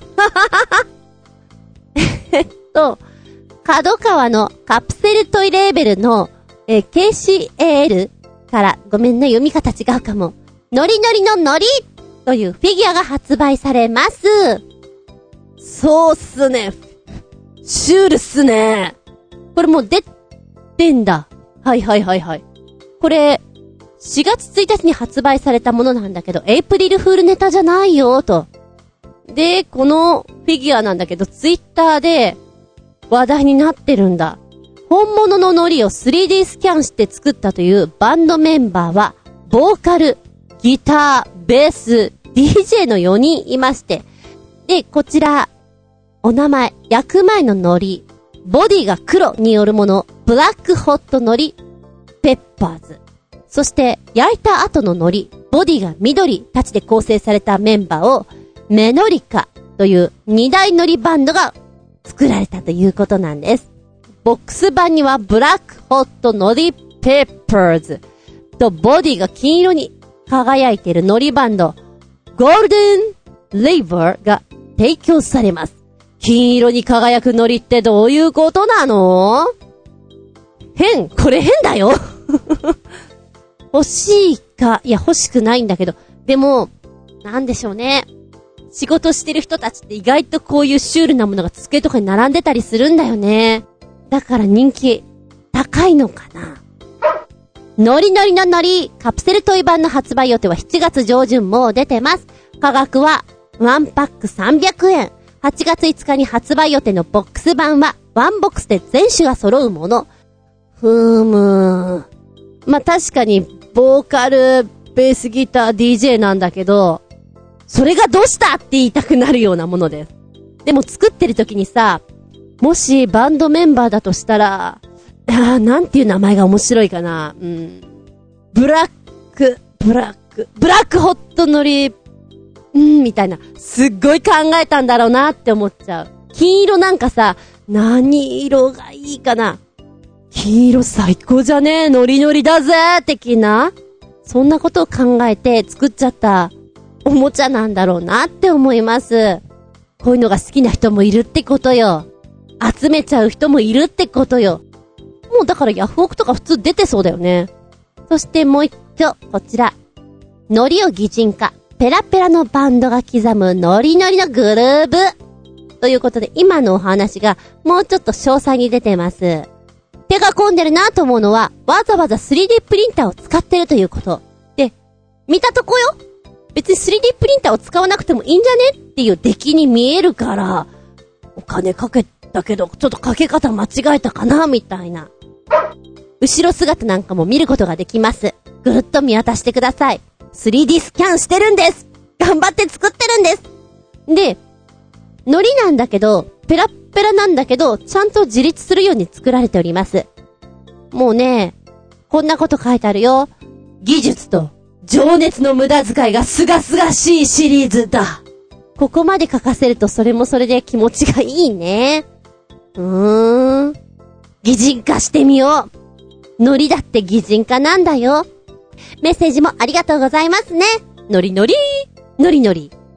えっと、角川のカプセルトイレーベルの、えー、ケーシーエーエル から、ごめんね、読み方違うかも。ノリノリのノリというフィギュアが発売されます。そうっすね。シュールっすね。これもう出てんだ。はいはいはいはい。これ、しがつついたちに発売されたものなんだけど、エイプリルフールネタじゃないよ、と。で、このフィギュアなんだけど、ツイッターで話題になってるんだ。本物のノリを スリーディー スキャンして作ったというバンドメンバーは、ボーカル、ギター、ベース、ディージェー のよにんいまして。で、こちら、お名前、焼く前のノリ、ボディが黒によるもの、ブラックホットノリ、ペッパーズ。そして、焼いた後のノリ、ボディが緑たちで構成されたメンバーを、メノリカという二大ノリバンドが作られたということなんです。ボックス版にはブラックホットノリペッパーズとボディが金色に輝いているノリバンド、ゴールデンレイバーが提供されます。金色に輝くノリってどういうことなの？変、これ変だよ。欲しいか、いや欲しくないんだけど、でも、なんでしょうね。仕事してる人たちって意外とこういうシュールなものが机とかに並んでたりするんだよね。だから人気高いのかな。ノリノリのノリカプセルトイ版の発売予定はしちがつ上旬もう出てます。価格はワンパックさんびゃくえん。はちがついつかに発売予定のボックス版はワンボックスで全種が揃うもの。ふーむー。まあ、確かにボーカル、ベースギター、ディージェー なんだけど、それがどうしたって言いたくなるようなものです。でも作ってる時にさ、もしバンドメンバーだとしたら、あー、なんていう名前が面白いかな。うん。ブラック、ブラック、ブラックホットノリ、うん、みたいな。すっごい考えたんだろうなって思っちゃう。金色なんかさ、何色がいいかな。金色最高じゃねえ、ノリノリだぜ的な。そんなことを考えて作っちゃったおもちゃなんだろうなって思います。こういうのが好きな人もいるってことよ。集めちゃう人もいるってことよ。もうだからヤフオクとか普通出てそうだよね。そしてもう一丁、こちら。ノリを擬人化。ペラペラのバンドが刻むノリノリのグルーブ。ということで、今のお話がもうちょっと詳細に出てます。手が込んでるなと思うのは、わざわざ スリーディー プリンターを使ってるということ。で、見たとこよ。別に スリーディー プリンターを使わなくてもいいんじゃねっていう出来に見えるから、お金かけたけど、ちょっとかけ方間違えたかなみたいな。後ろ姿なんかも見ることができます。ぐるっと見渡してください。スリーディー スキャンしてるんです。頑張って作ってるんです。で、ノリなんだけど、ペラッペラなんだけど、ちゃんと自立するように作られております。もうね、こんなこと書いてあるよ。技術と情熱の無駄遣いがすがすがしいシリーズだ。ここまで書かせるとそれもそれで気持ちがいいね。うーん。擬人化してみよう。ノリだって擬人化なんだよ。メッセージもありがとうございますね。ノリノリー、ノリノリ。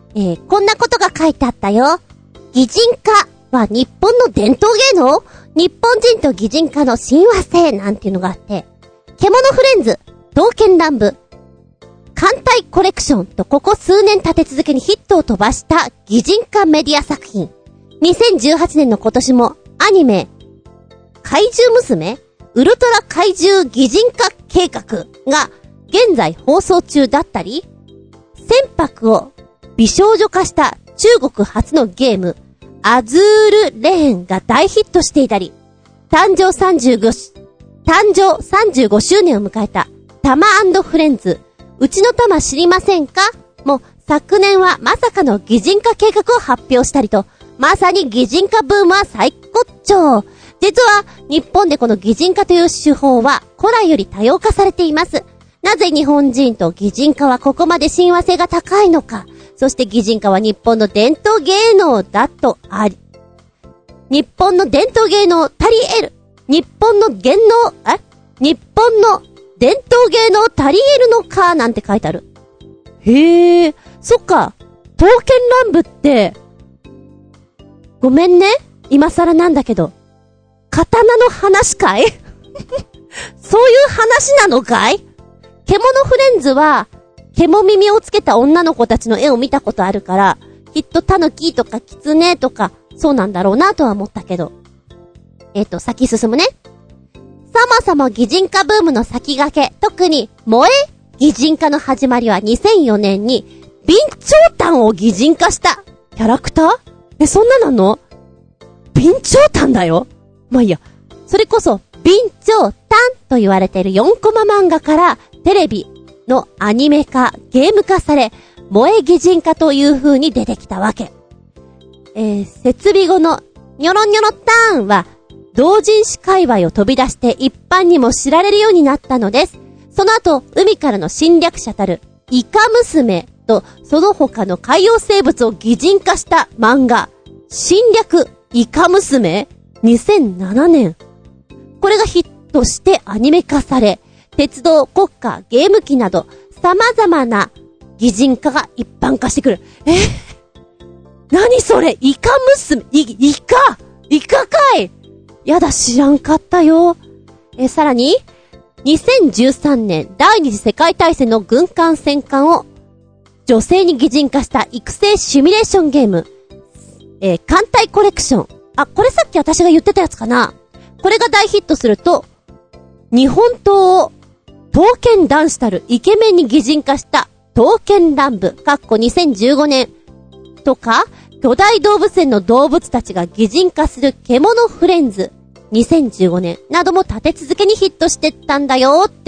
えー、こんなことが書いてあったよ。擬人化は日本の伝統芸能？日本人と擬人化の親和性なんていうのがあって、獣フレンズ、刀剣乱舞、艦隊コレクションとここ数年立て続けにヒットを飛ばした擬人化メディア作品。にせんじゅうはちねんの今年もアニメ、怪獣娘？ウルトラ怪獣擬人化計画が現在放送中だったり、船舶を美少女化した中国初のゲーム、アズールレーンが大ヒットしていたり、誕生さんじゅうご、誕生さんじゅうごしゅうねんを迎えたタマ&フレンズ、うちのタマ知りませんか？も昨年はまさかの擬人化計画を発表したりと、まさに擬人化ブームは最高潮。実は日本でこの擬人化という手法は古来より多様化されています。なぜ日本人と擬人化はここまで親和性が高いのか。そして擬人化は日本の伝統芸能だとあり、日本の伝統芸能足り得る。日本の芸能、え日本の伝統芸能足り得るのかなんて書いてある。へえ、そっか。刀剣乱舞って、ごめんね。今更なんだけど。刀の話かいそういう話なのかい？獣フレンズは、獣耳をつけた女の子たちの絵を見たことあるから、きっとタヌキとかキツネとか、そうなんだろうなとは思ったけど。えっと、先進むね。そもそも擬人化ブームの先駆け、特に萌え擬人化の始まりはにせんよねんに、備長炭を擬人化したキャラクター？え、そんななの？備長炭だよ。まあいいや。それこそ、備長炭と言われているよんコマ漫画から、テレビのアニメ化、ゲーム化され、萌え擬人化という風に出てきたわけ。えー、設備後のニョロニョロターンは、同人誌界隈を飛び出して一般にも知られるようになったのです。その後、海からの侵略者たる、イカ娘とその他の海洋生物を擬人化した漫画、侵略イカ娘にせんななねん。これがヒットしてアニメ化され、鉄道、国家、ゲーム機など様々な擬人化が一般化してくる。えー、何それ？イカ娘、イ、イカイカかい？やだ、知らんかったよ。えー、さらに、にせんじゅうさんねん第二次世界大戦の軍艦戦艦を女性に擬人化した育成シミュレーションゲーム、えー、艦隊コレクション。あ、これさっき私が言ってたやつかな。これが大ヒットすると、日本刀を刀剣男子たるイケメンに擬人化した刀剣乱舞、かっこにせんじゅうごねんとか、巨大動物園の動物たちが擬人化する獣フレンズにせんじゅうごねんなども立て続けにヒットしてったんだよって。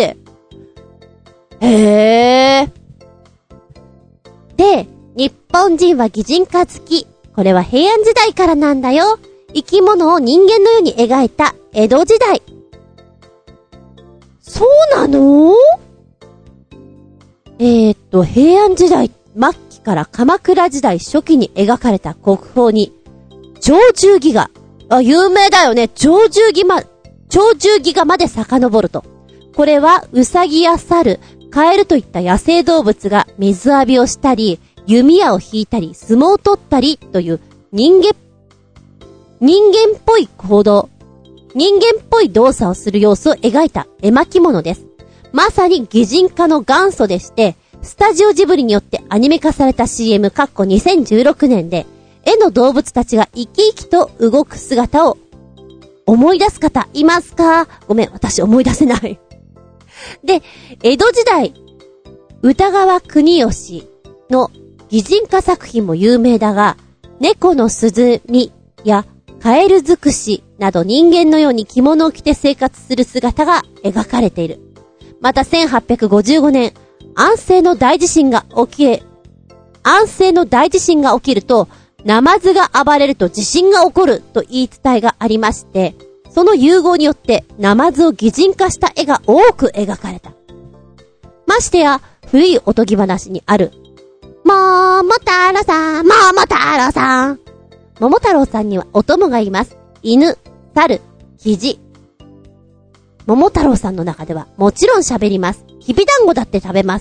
へー。で、日本人は擬人化好き。これは平安時代からなんだよ。生き物を人間のように描いた江戸時代。そうなの？えーっと、平安時代末期から鎌倉時代初期に描かれた国宝に、鳥獣戯画。あ、有名だよね。鳥獣戯画、鳥獣戯画まで遡ると。これは、ウサギや猿、カエルといった野生動物が水浴びをしたり、弓矢を引いたり、相撲を取ったりという人間、人間っぽい行動、人間っぽい動作をする様子を描いた絵巻物です。まさに擬人化の元祖でして、スタジオジブリによってアニメ化された シーエム かっこにせんじゅうろくねんで、絵の動物たちが生き生きと動く姿を思い出す方いますか？ごめん、私思い出せない。で、江戸時代、歌川国芳の擬人化作品も有名だが、猫の鈴見やカエル尽くしなど人間のように着物を着て生活する姿が描かれている。またせんはっぴゃくごじゅうごねん、安政の大地震が起き、安政の大地震が起きると、ナマズが暴れると地震が起こると言い伝えがありまして、その融合によってナマズを擬人化した絵が多く描かれた。ましてや、古いおとぎ話にある、桃太郎さん、桃太郎さん。桃太郎さんにはお供がいます。犬、猿、キジ。桃太郎さんの中ではもちろん喋ります。きびだんごだって食べます。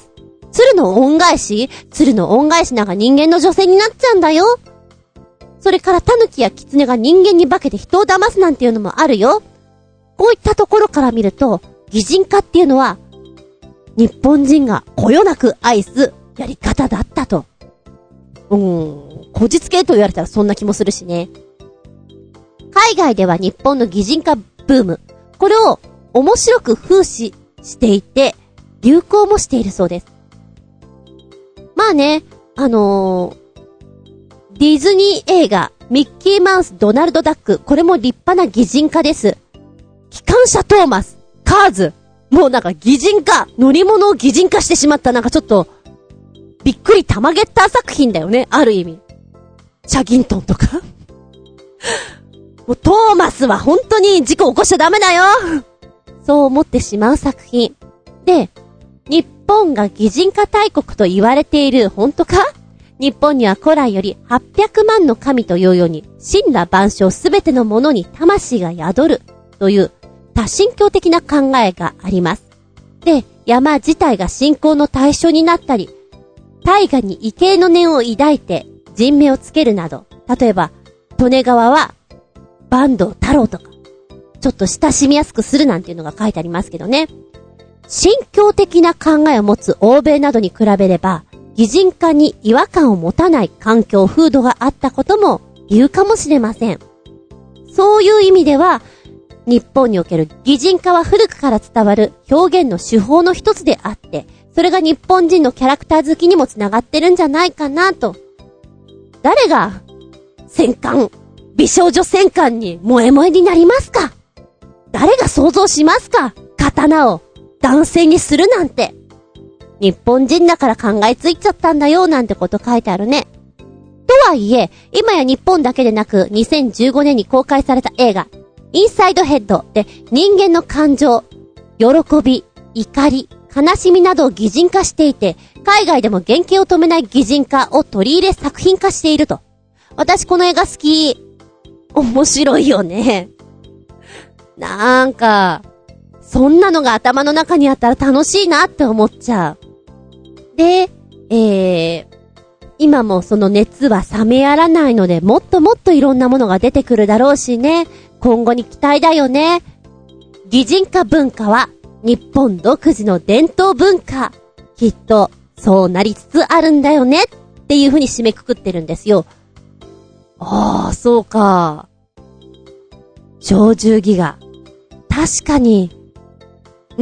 鶴の恩返し鶴の恩返しなんか人間の女性になっちゃうんだよ。それから狸や狐が人間に化けて人を騙すなんていうのもあるよ。こういったところから見ると、擬人化っていうのは、日本人がこよなく愛すやり方だったと。うーん、こじつけと言われたらそんな気もするしね。海外では日本の擬人化ブーム、これを面白く風刺していて、流行もしているそうです。まあね、あのー、ディズニー映画、ミッキーマウス、ドナルドダック、これも立派な擬人化です。機関車トーマス、カーズ、もうなんか擬人化、乗り物を擬人化してしまった、なんかちょっと、びっくりタマゲッター作品だよね、ある意味。チャギントンとかもうトーマスは本当に事故起こしちゃダメだよ。そう思ってしまう作品。で、日本が擬人化大国と言われている、本当か？日本には古来よりはっぴゃくまんの神というように、神羅万象すべてのものに魂が宿るという多神教的な考えがあります。で、山自体が信仰の対象になったり、大河に畏敬の念を抱いて人名をつけるなど、例えば、利根川は坂東太郎とか、ちょっと親しみやすくするなんていうのが書いてありますけどね。神教的な考えを持つ欧米などに比べれば、擬人化に違和感を持たない環境風土があったことも理由かもしれません。そういう意味では、日本における擬人化は古くから伝わる表現の手法の一つであって、それが日本人のキャラクター好きにもつながってるんじゃないかなと。誰が戦艦、美少女戦艦に萌え萌えになりますか？誰が想像しますか？刀を男性にするなんて。日本人だから考えついちゃったんだよなんてこと書いてあるね。とはいえ、今や日本だけでなくにせんじゅうごねんに公開された映画インサイドヘッドで人間の感情、喜び、怒り、悲しみなどを擬人化していて、海外でも原型を止めない擬人化を取り入れ作品化していると。私この映画好き。面白いよね。なんか、そんなのが頭の中にあったら楽しいなって思っちゃう。で、えー、今もその熱は冷めやらないので、もっともっといろんなものが出てくるだろうしね。今後に期待だよね。擬人化文化は日本独自の伝統文化。きっとそうなりつつあるんだよねっていう風に締めくくってるんですよ。ああ、そうか。鳥獣戯画。確かに、うん、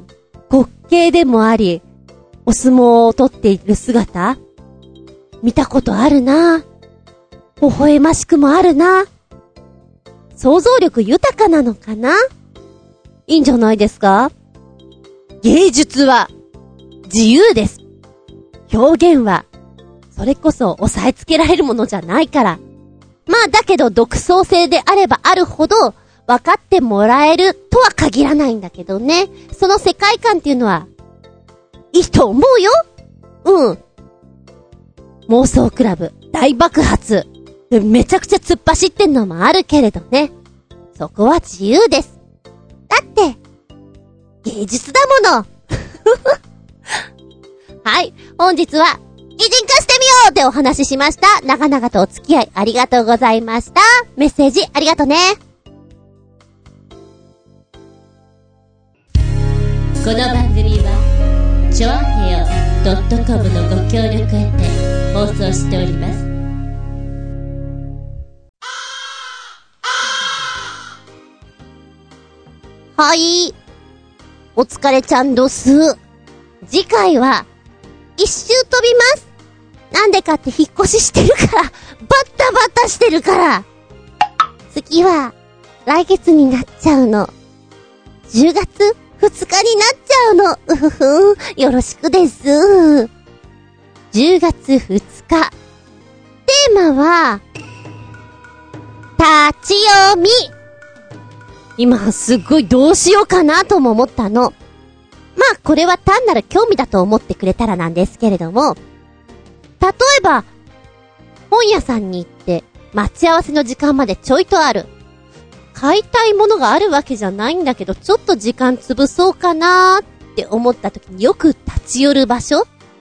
滑稽でもあり、お相撲を取っている姿見たことあるな。微笑ましくもあるな。想像力豊かなのかな。いいんじゃないですか。芸術は自由です。表現はそれこそ抑えつけられるものじゃないから。まあだけど独創性であればあるほど分かってもらえるとは限らないんだけどね。その世界観っていうのはいいと思うよ。うん。妄想クラブ大爆発。めちゃくちゃ突っ走ってんのもあるけれどね。そこは自由です。だって芸術だもの。はい、本日は擬人化してみようってお話ししました。長々とお付き合いありがとうございました。メッセージありがとね。 この番組はチョアヘオ .com のご協力へて放送しております。 はい、お疲れちゃんどす。次回は一周飛びます。なんでかって引っ越ししてるから、バッタバタしてるから。次は来月になっちゃうの。じゅうがつふつかになっちゃうの。うふふん、よろしくです。じゅうがつふつか。テーマは立ち読み。今すっごいどうしようかなとも思ったの。まあこれは単なる興味だと思ってくれたらなんですけれども、例えば本屋さんに行って待ち合わせの時間までちょいとある。買いたいものがあるわけじゃないんだけど、ちょっと時間潰そうかなーって思った時によく立ち寄る場所。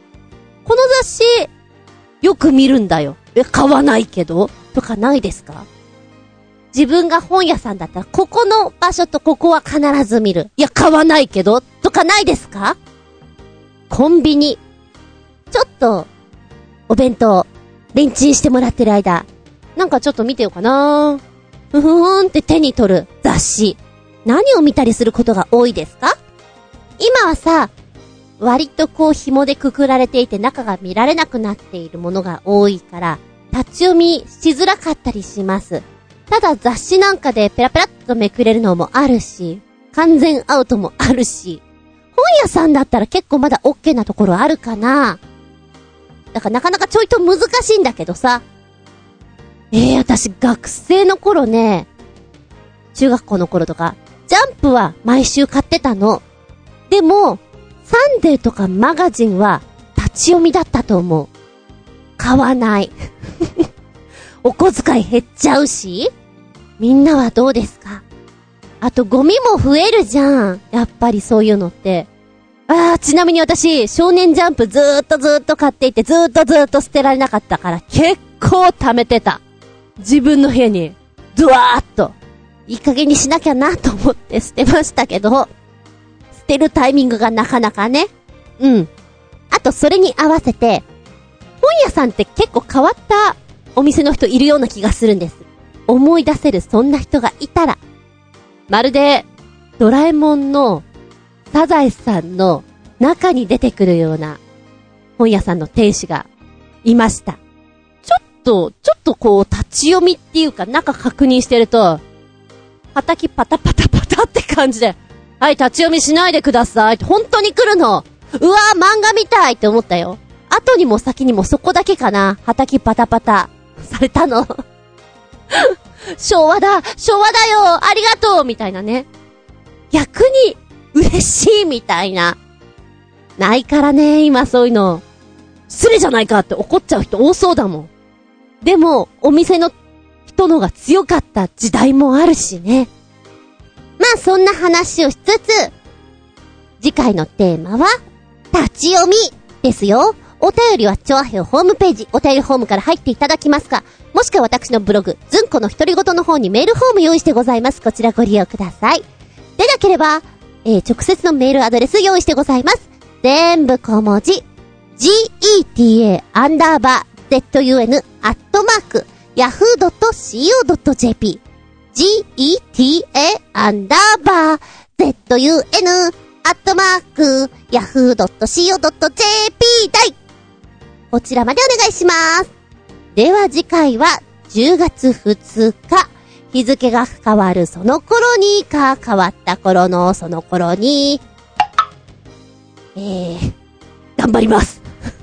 この雑誌、よく見るんだよ。え、買わないけどとかないですか？自分が本屋さんだったら、ここの場所とここは必ず見る。いや、買わないけどとかないですか？コンビニ。ちょっと、お弁当、レンチンしてもらってる間、なんかちょっと見てようかな。ふふふんって手に取る雑誌。何を見たりすることが多いですか？今はさ、割とこう紐でくくられていて中が見られなくなっているものが多いから、立ち読みしづらかったりします。ただ雑誌なんかでペラペラっとめくれるのもあるし、完全アウトもあるし、本屋さんだったら結構まだ OK なところあるかな。だからなかなかちょいと難しいんだけどさ。えー、私学生の頃ね、中学校の頃とか、ジャンプは毎週買ってたの。でも、サンデーとかマガジンは立ち読みだったと思う。買わない。お小遣い減っちゃうし。みんなはどうですか？あとゴミも増えるじゃん。やっぱりそういうのって。あー、ちなみに私、少年ジャンプずーっとずーっと買っていて、ずーっとずーっと捨てられなかったから、結構貯めてた。自分の部屋に、ドワーっと。いい加減にしなきゃなと思って捨てましたけど、捨てるタイミングがなかなかね。うん。あとそれに合わせて、本屋さんって結構変わったお店の人いるような気がするんです。思い出せるそんな人がいたら、まるでドラえもんのサザエさんの中に出てくるような本屋さんの店主がいました。ちょっと、ちょっとこう立ち読みっていうか中確認してると、パタキパタパタパタって感じで、はい、立ち読みしないでくださいって本当に来るの。うわー、漫画みたいって思ったよ。後にも先にもそこだけかな。はたきパタパタされたの。昭和だ、昭和だよ、ありがとうみたいなね。逆に嬉しいみたいな。ないからね、今そういうの。失礼じゃないかって怒っちゃう人多そうだもん。でも、お店の人のが強かった時代もあるしね。まあそんな話をしつつ、次回のテーマは、立ち読みですよ。お便りはチョアヘオホームページ、お便りホームから入っていただきますか、もしくは私のブログ、ズンコの独り言の方にメールフォーム用意してございます。こちらご利用ください。でなければ、えー、直接のメールアドレス用意してございます。全部小文字、geta アンダーバー zun アットマーク ヤフードットコム ジェーピーgeta アンダーバー zun アットマーク ヤフードットコム ジェーピー だい。こちらまでお願いします。では次回はじゅうがつふつか、日付が変わるその頃にか変わった頃のその頃に、えー、頑張ります。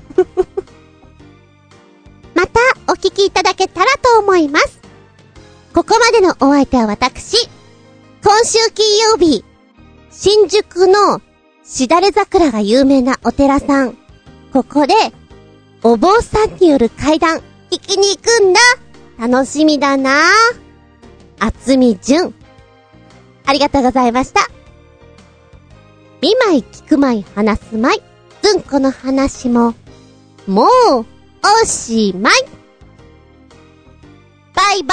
またお聞きいただけたらと思います。ここまでのお相手は私、今週金曜日、新宿のしだれ桜が有名なお寺さん、ここでお坊さんによる怪談聞きに行くんだ。楽しみだな。あつみじゅん、ありがとうございました。見舞い聞く舞い話す舞い、ずんこの話ももうおしまい。バイバイキーバイバイキーバイバイキーバイバイキーバイバ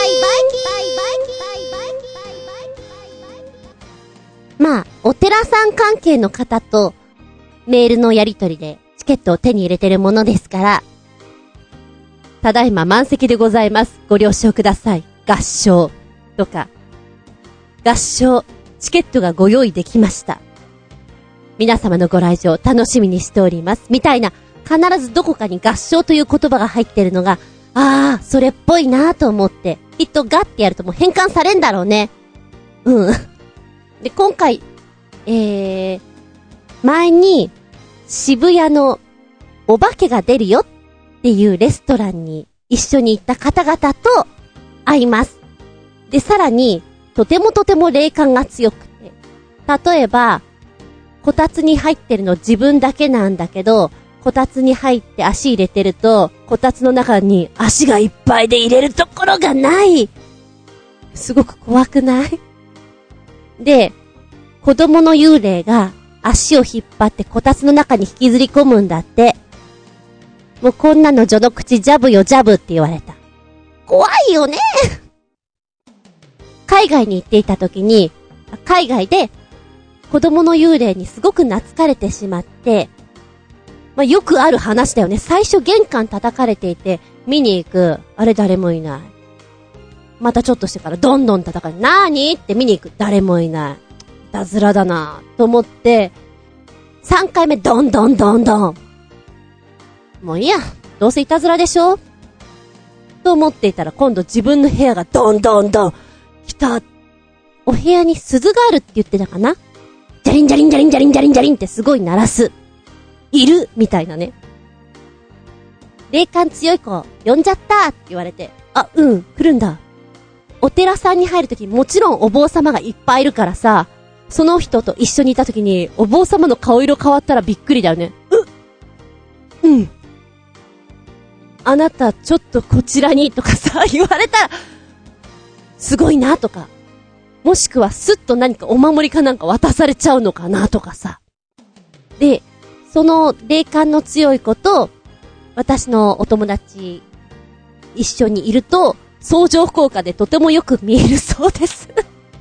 イキー。まあお寺さん関係の方とメールのやり取りでチケットを手に入れてるものですから、ただいま満席でございます。ご了承ください。合唱とか、合唱チケットがご用意できました。皆様のご来場楽しみにしております。みたいな、必ずどこかに合唱という言葉が入ってるのが、あー、それっぽいなと思って、きっとガッてやるともう変換されんだろうね。うん。で、今回、えー、前に渋谷のお化けが出るよっていうレストランに一緒に行った方々と会います。で、さらに、とてもとても霊感が強くて、例えば、こたつに入ってるの自分だけなんだけど、こたつに入って足入れてると、こたつの中に足がいっぱいで入れるところがない。すごく怖くない？で、子供の幽霊が足を引っ張ってこたつの中に引きずり込むんだって。 もうこんなの序の口ジャブよジャブって言われた。怖いよね。海外に行っていた時に、海外で子供の幽霊にすごく懐かれてしまって、まあ、よくある話だよね。最初玄関叩かれていて、見に行く。あれ誰もいない。またちょっとしてからどんどん叩かれて、なーにって見に行く。誰もいない。いたずらだなと思って、さんかいめどんどんどんどん。もういいや。どうせいたずらでしょと思っていたら今度自分の部屋がどんどんどん来た。お部屋に鈴があるって言ってたかな。ジャリンジャリンジャリンジャリンジャリンジャリンってすごい鳴らす。いるみたいなね。霊感強い子呼んじゃったって言われて、あ、うん、来るんだ。お寺さんに入るときもちろんお坊様がいっぱいいるからさ、その人と一緒にいたときにお坊様の顔色変わったらびっくりだよね。う、うん。あなたちょっとこちらにとかさ言われたらすごいなとか、もしくはスッと何かお守りかなんか渡されちゃうのかなとかさ。で、その霊感の強い子と私のお友達一緒にいると相乗効果でとてもよく見えるそうです。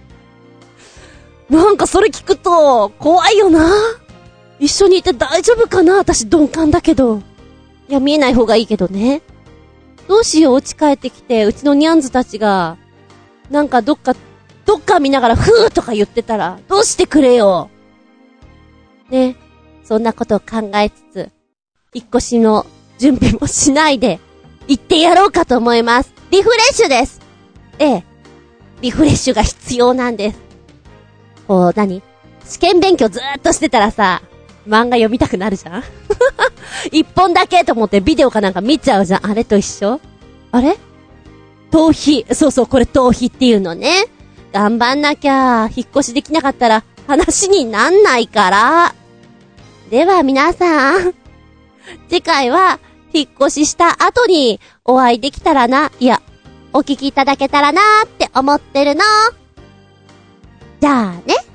なんかそれ聞くと怖いよな。一緒にいて大丈夫かな。私鈍感だけど。いや見えない方がいいけどね。どうしよう、家帰ってきてうちのニャンズたちがなんかどっかどっか見ながらふーとか言ってたらどうしてくれよ。ね。そんなことを考えつつ、引っ越しの準備もしないで行ってやろうかと思います。リフレッシュです。ええ。リフレッシュが必要なんです。こう、何？試験勉強ずーっとしてたらさ、漫画読みたくなるじゃん一本だけと思ってビデオかなんか見ちゃうじゃん。あれと一緒？あれ？逃避。そうそう、これ逃避っていうのね。頑張んなきゃ。引っ越しできなかったら話になんないから。では皆さん、次回は引っ越しした後にお会いできたらな、いや、お聞きいただけたらなーって思ってるの。じゃあね。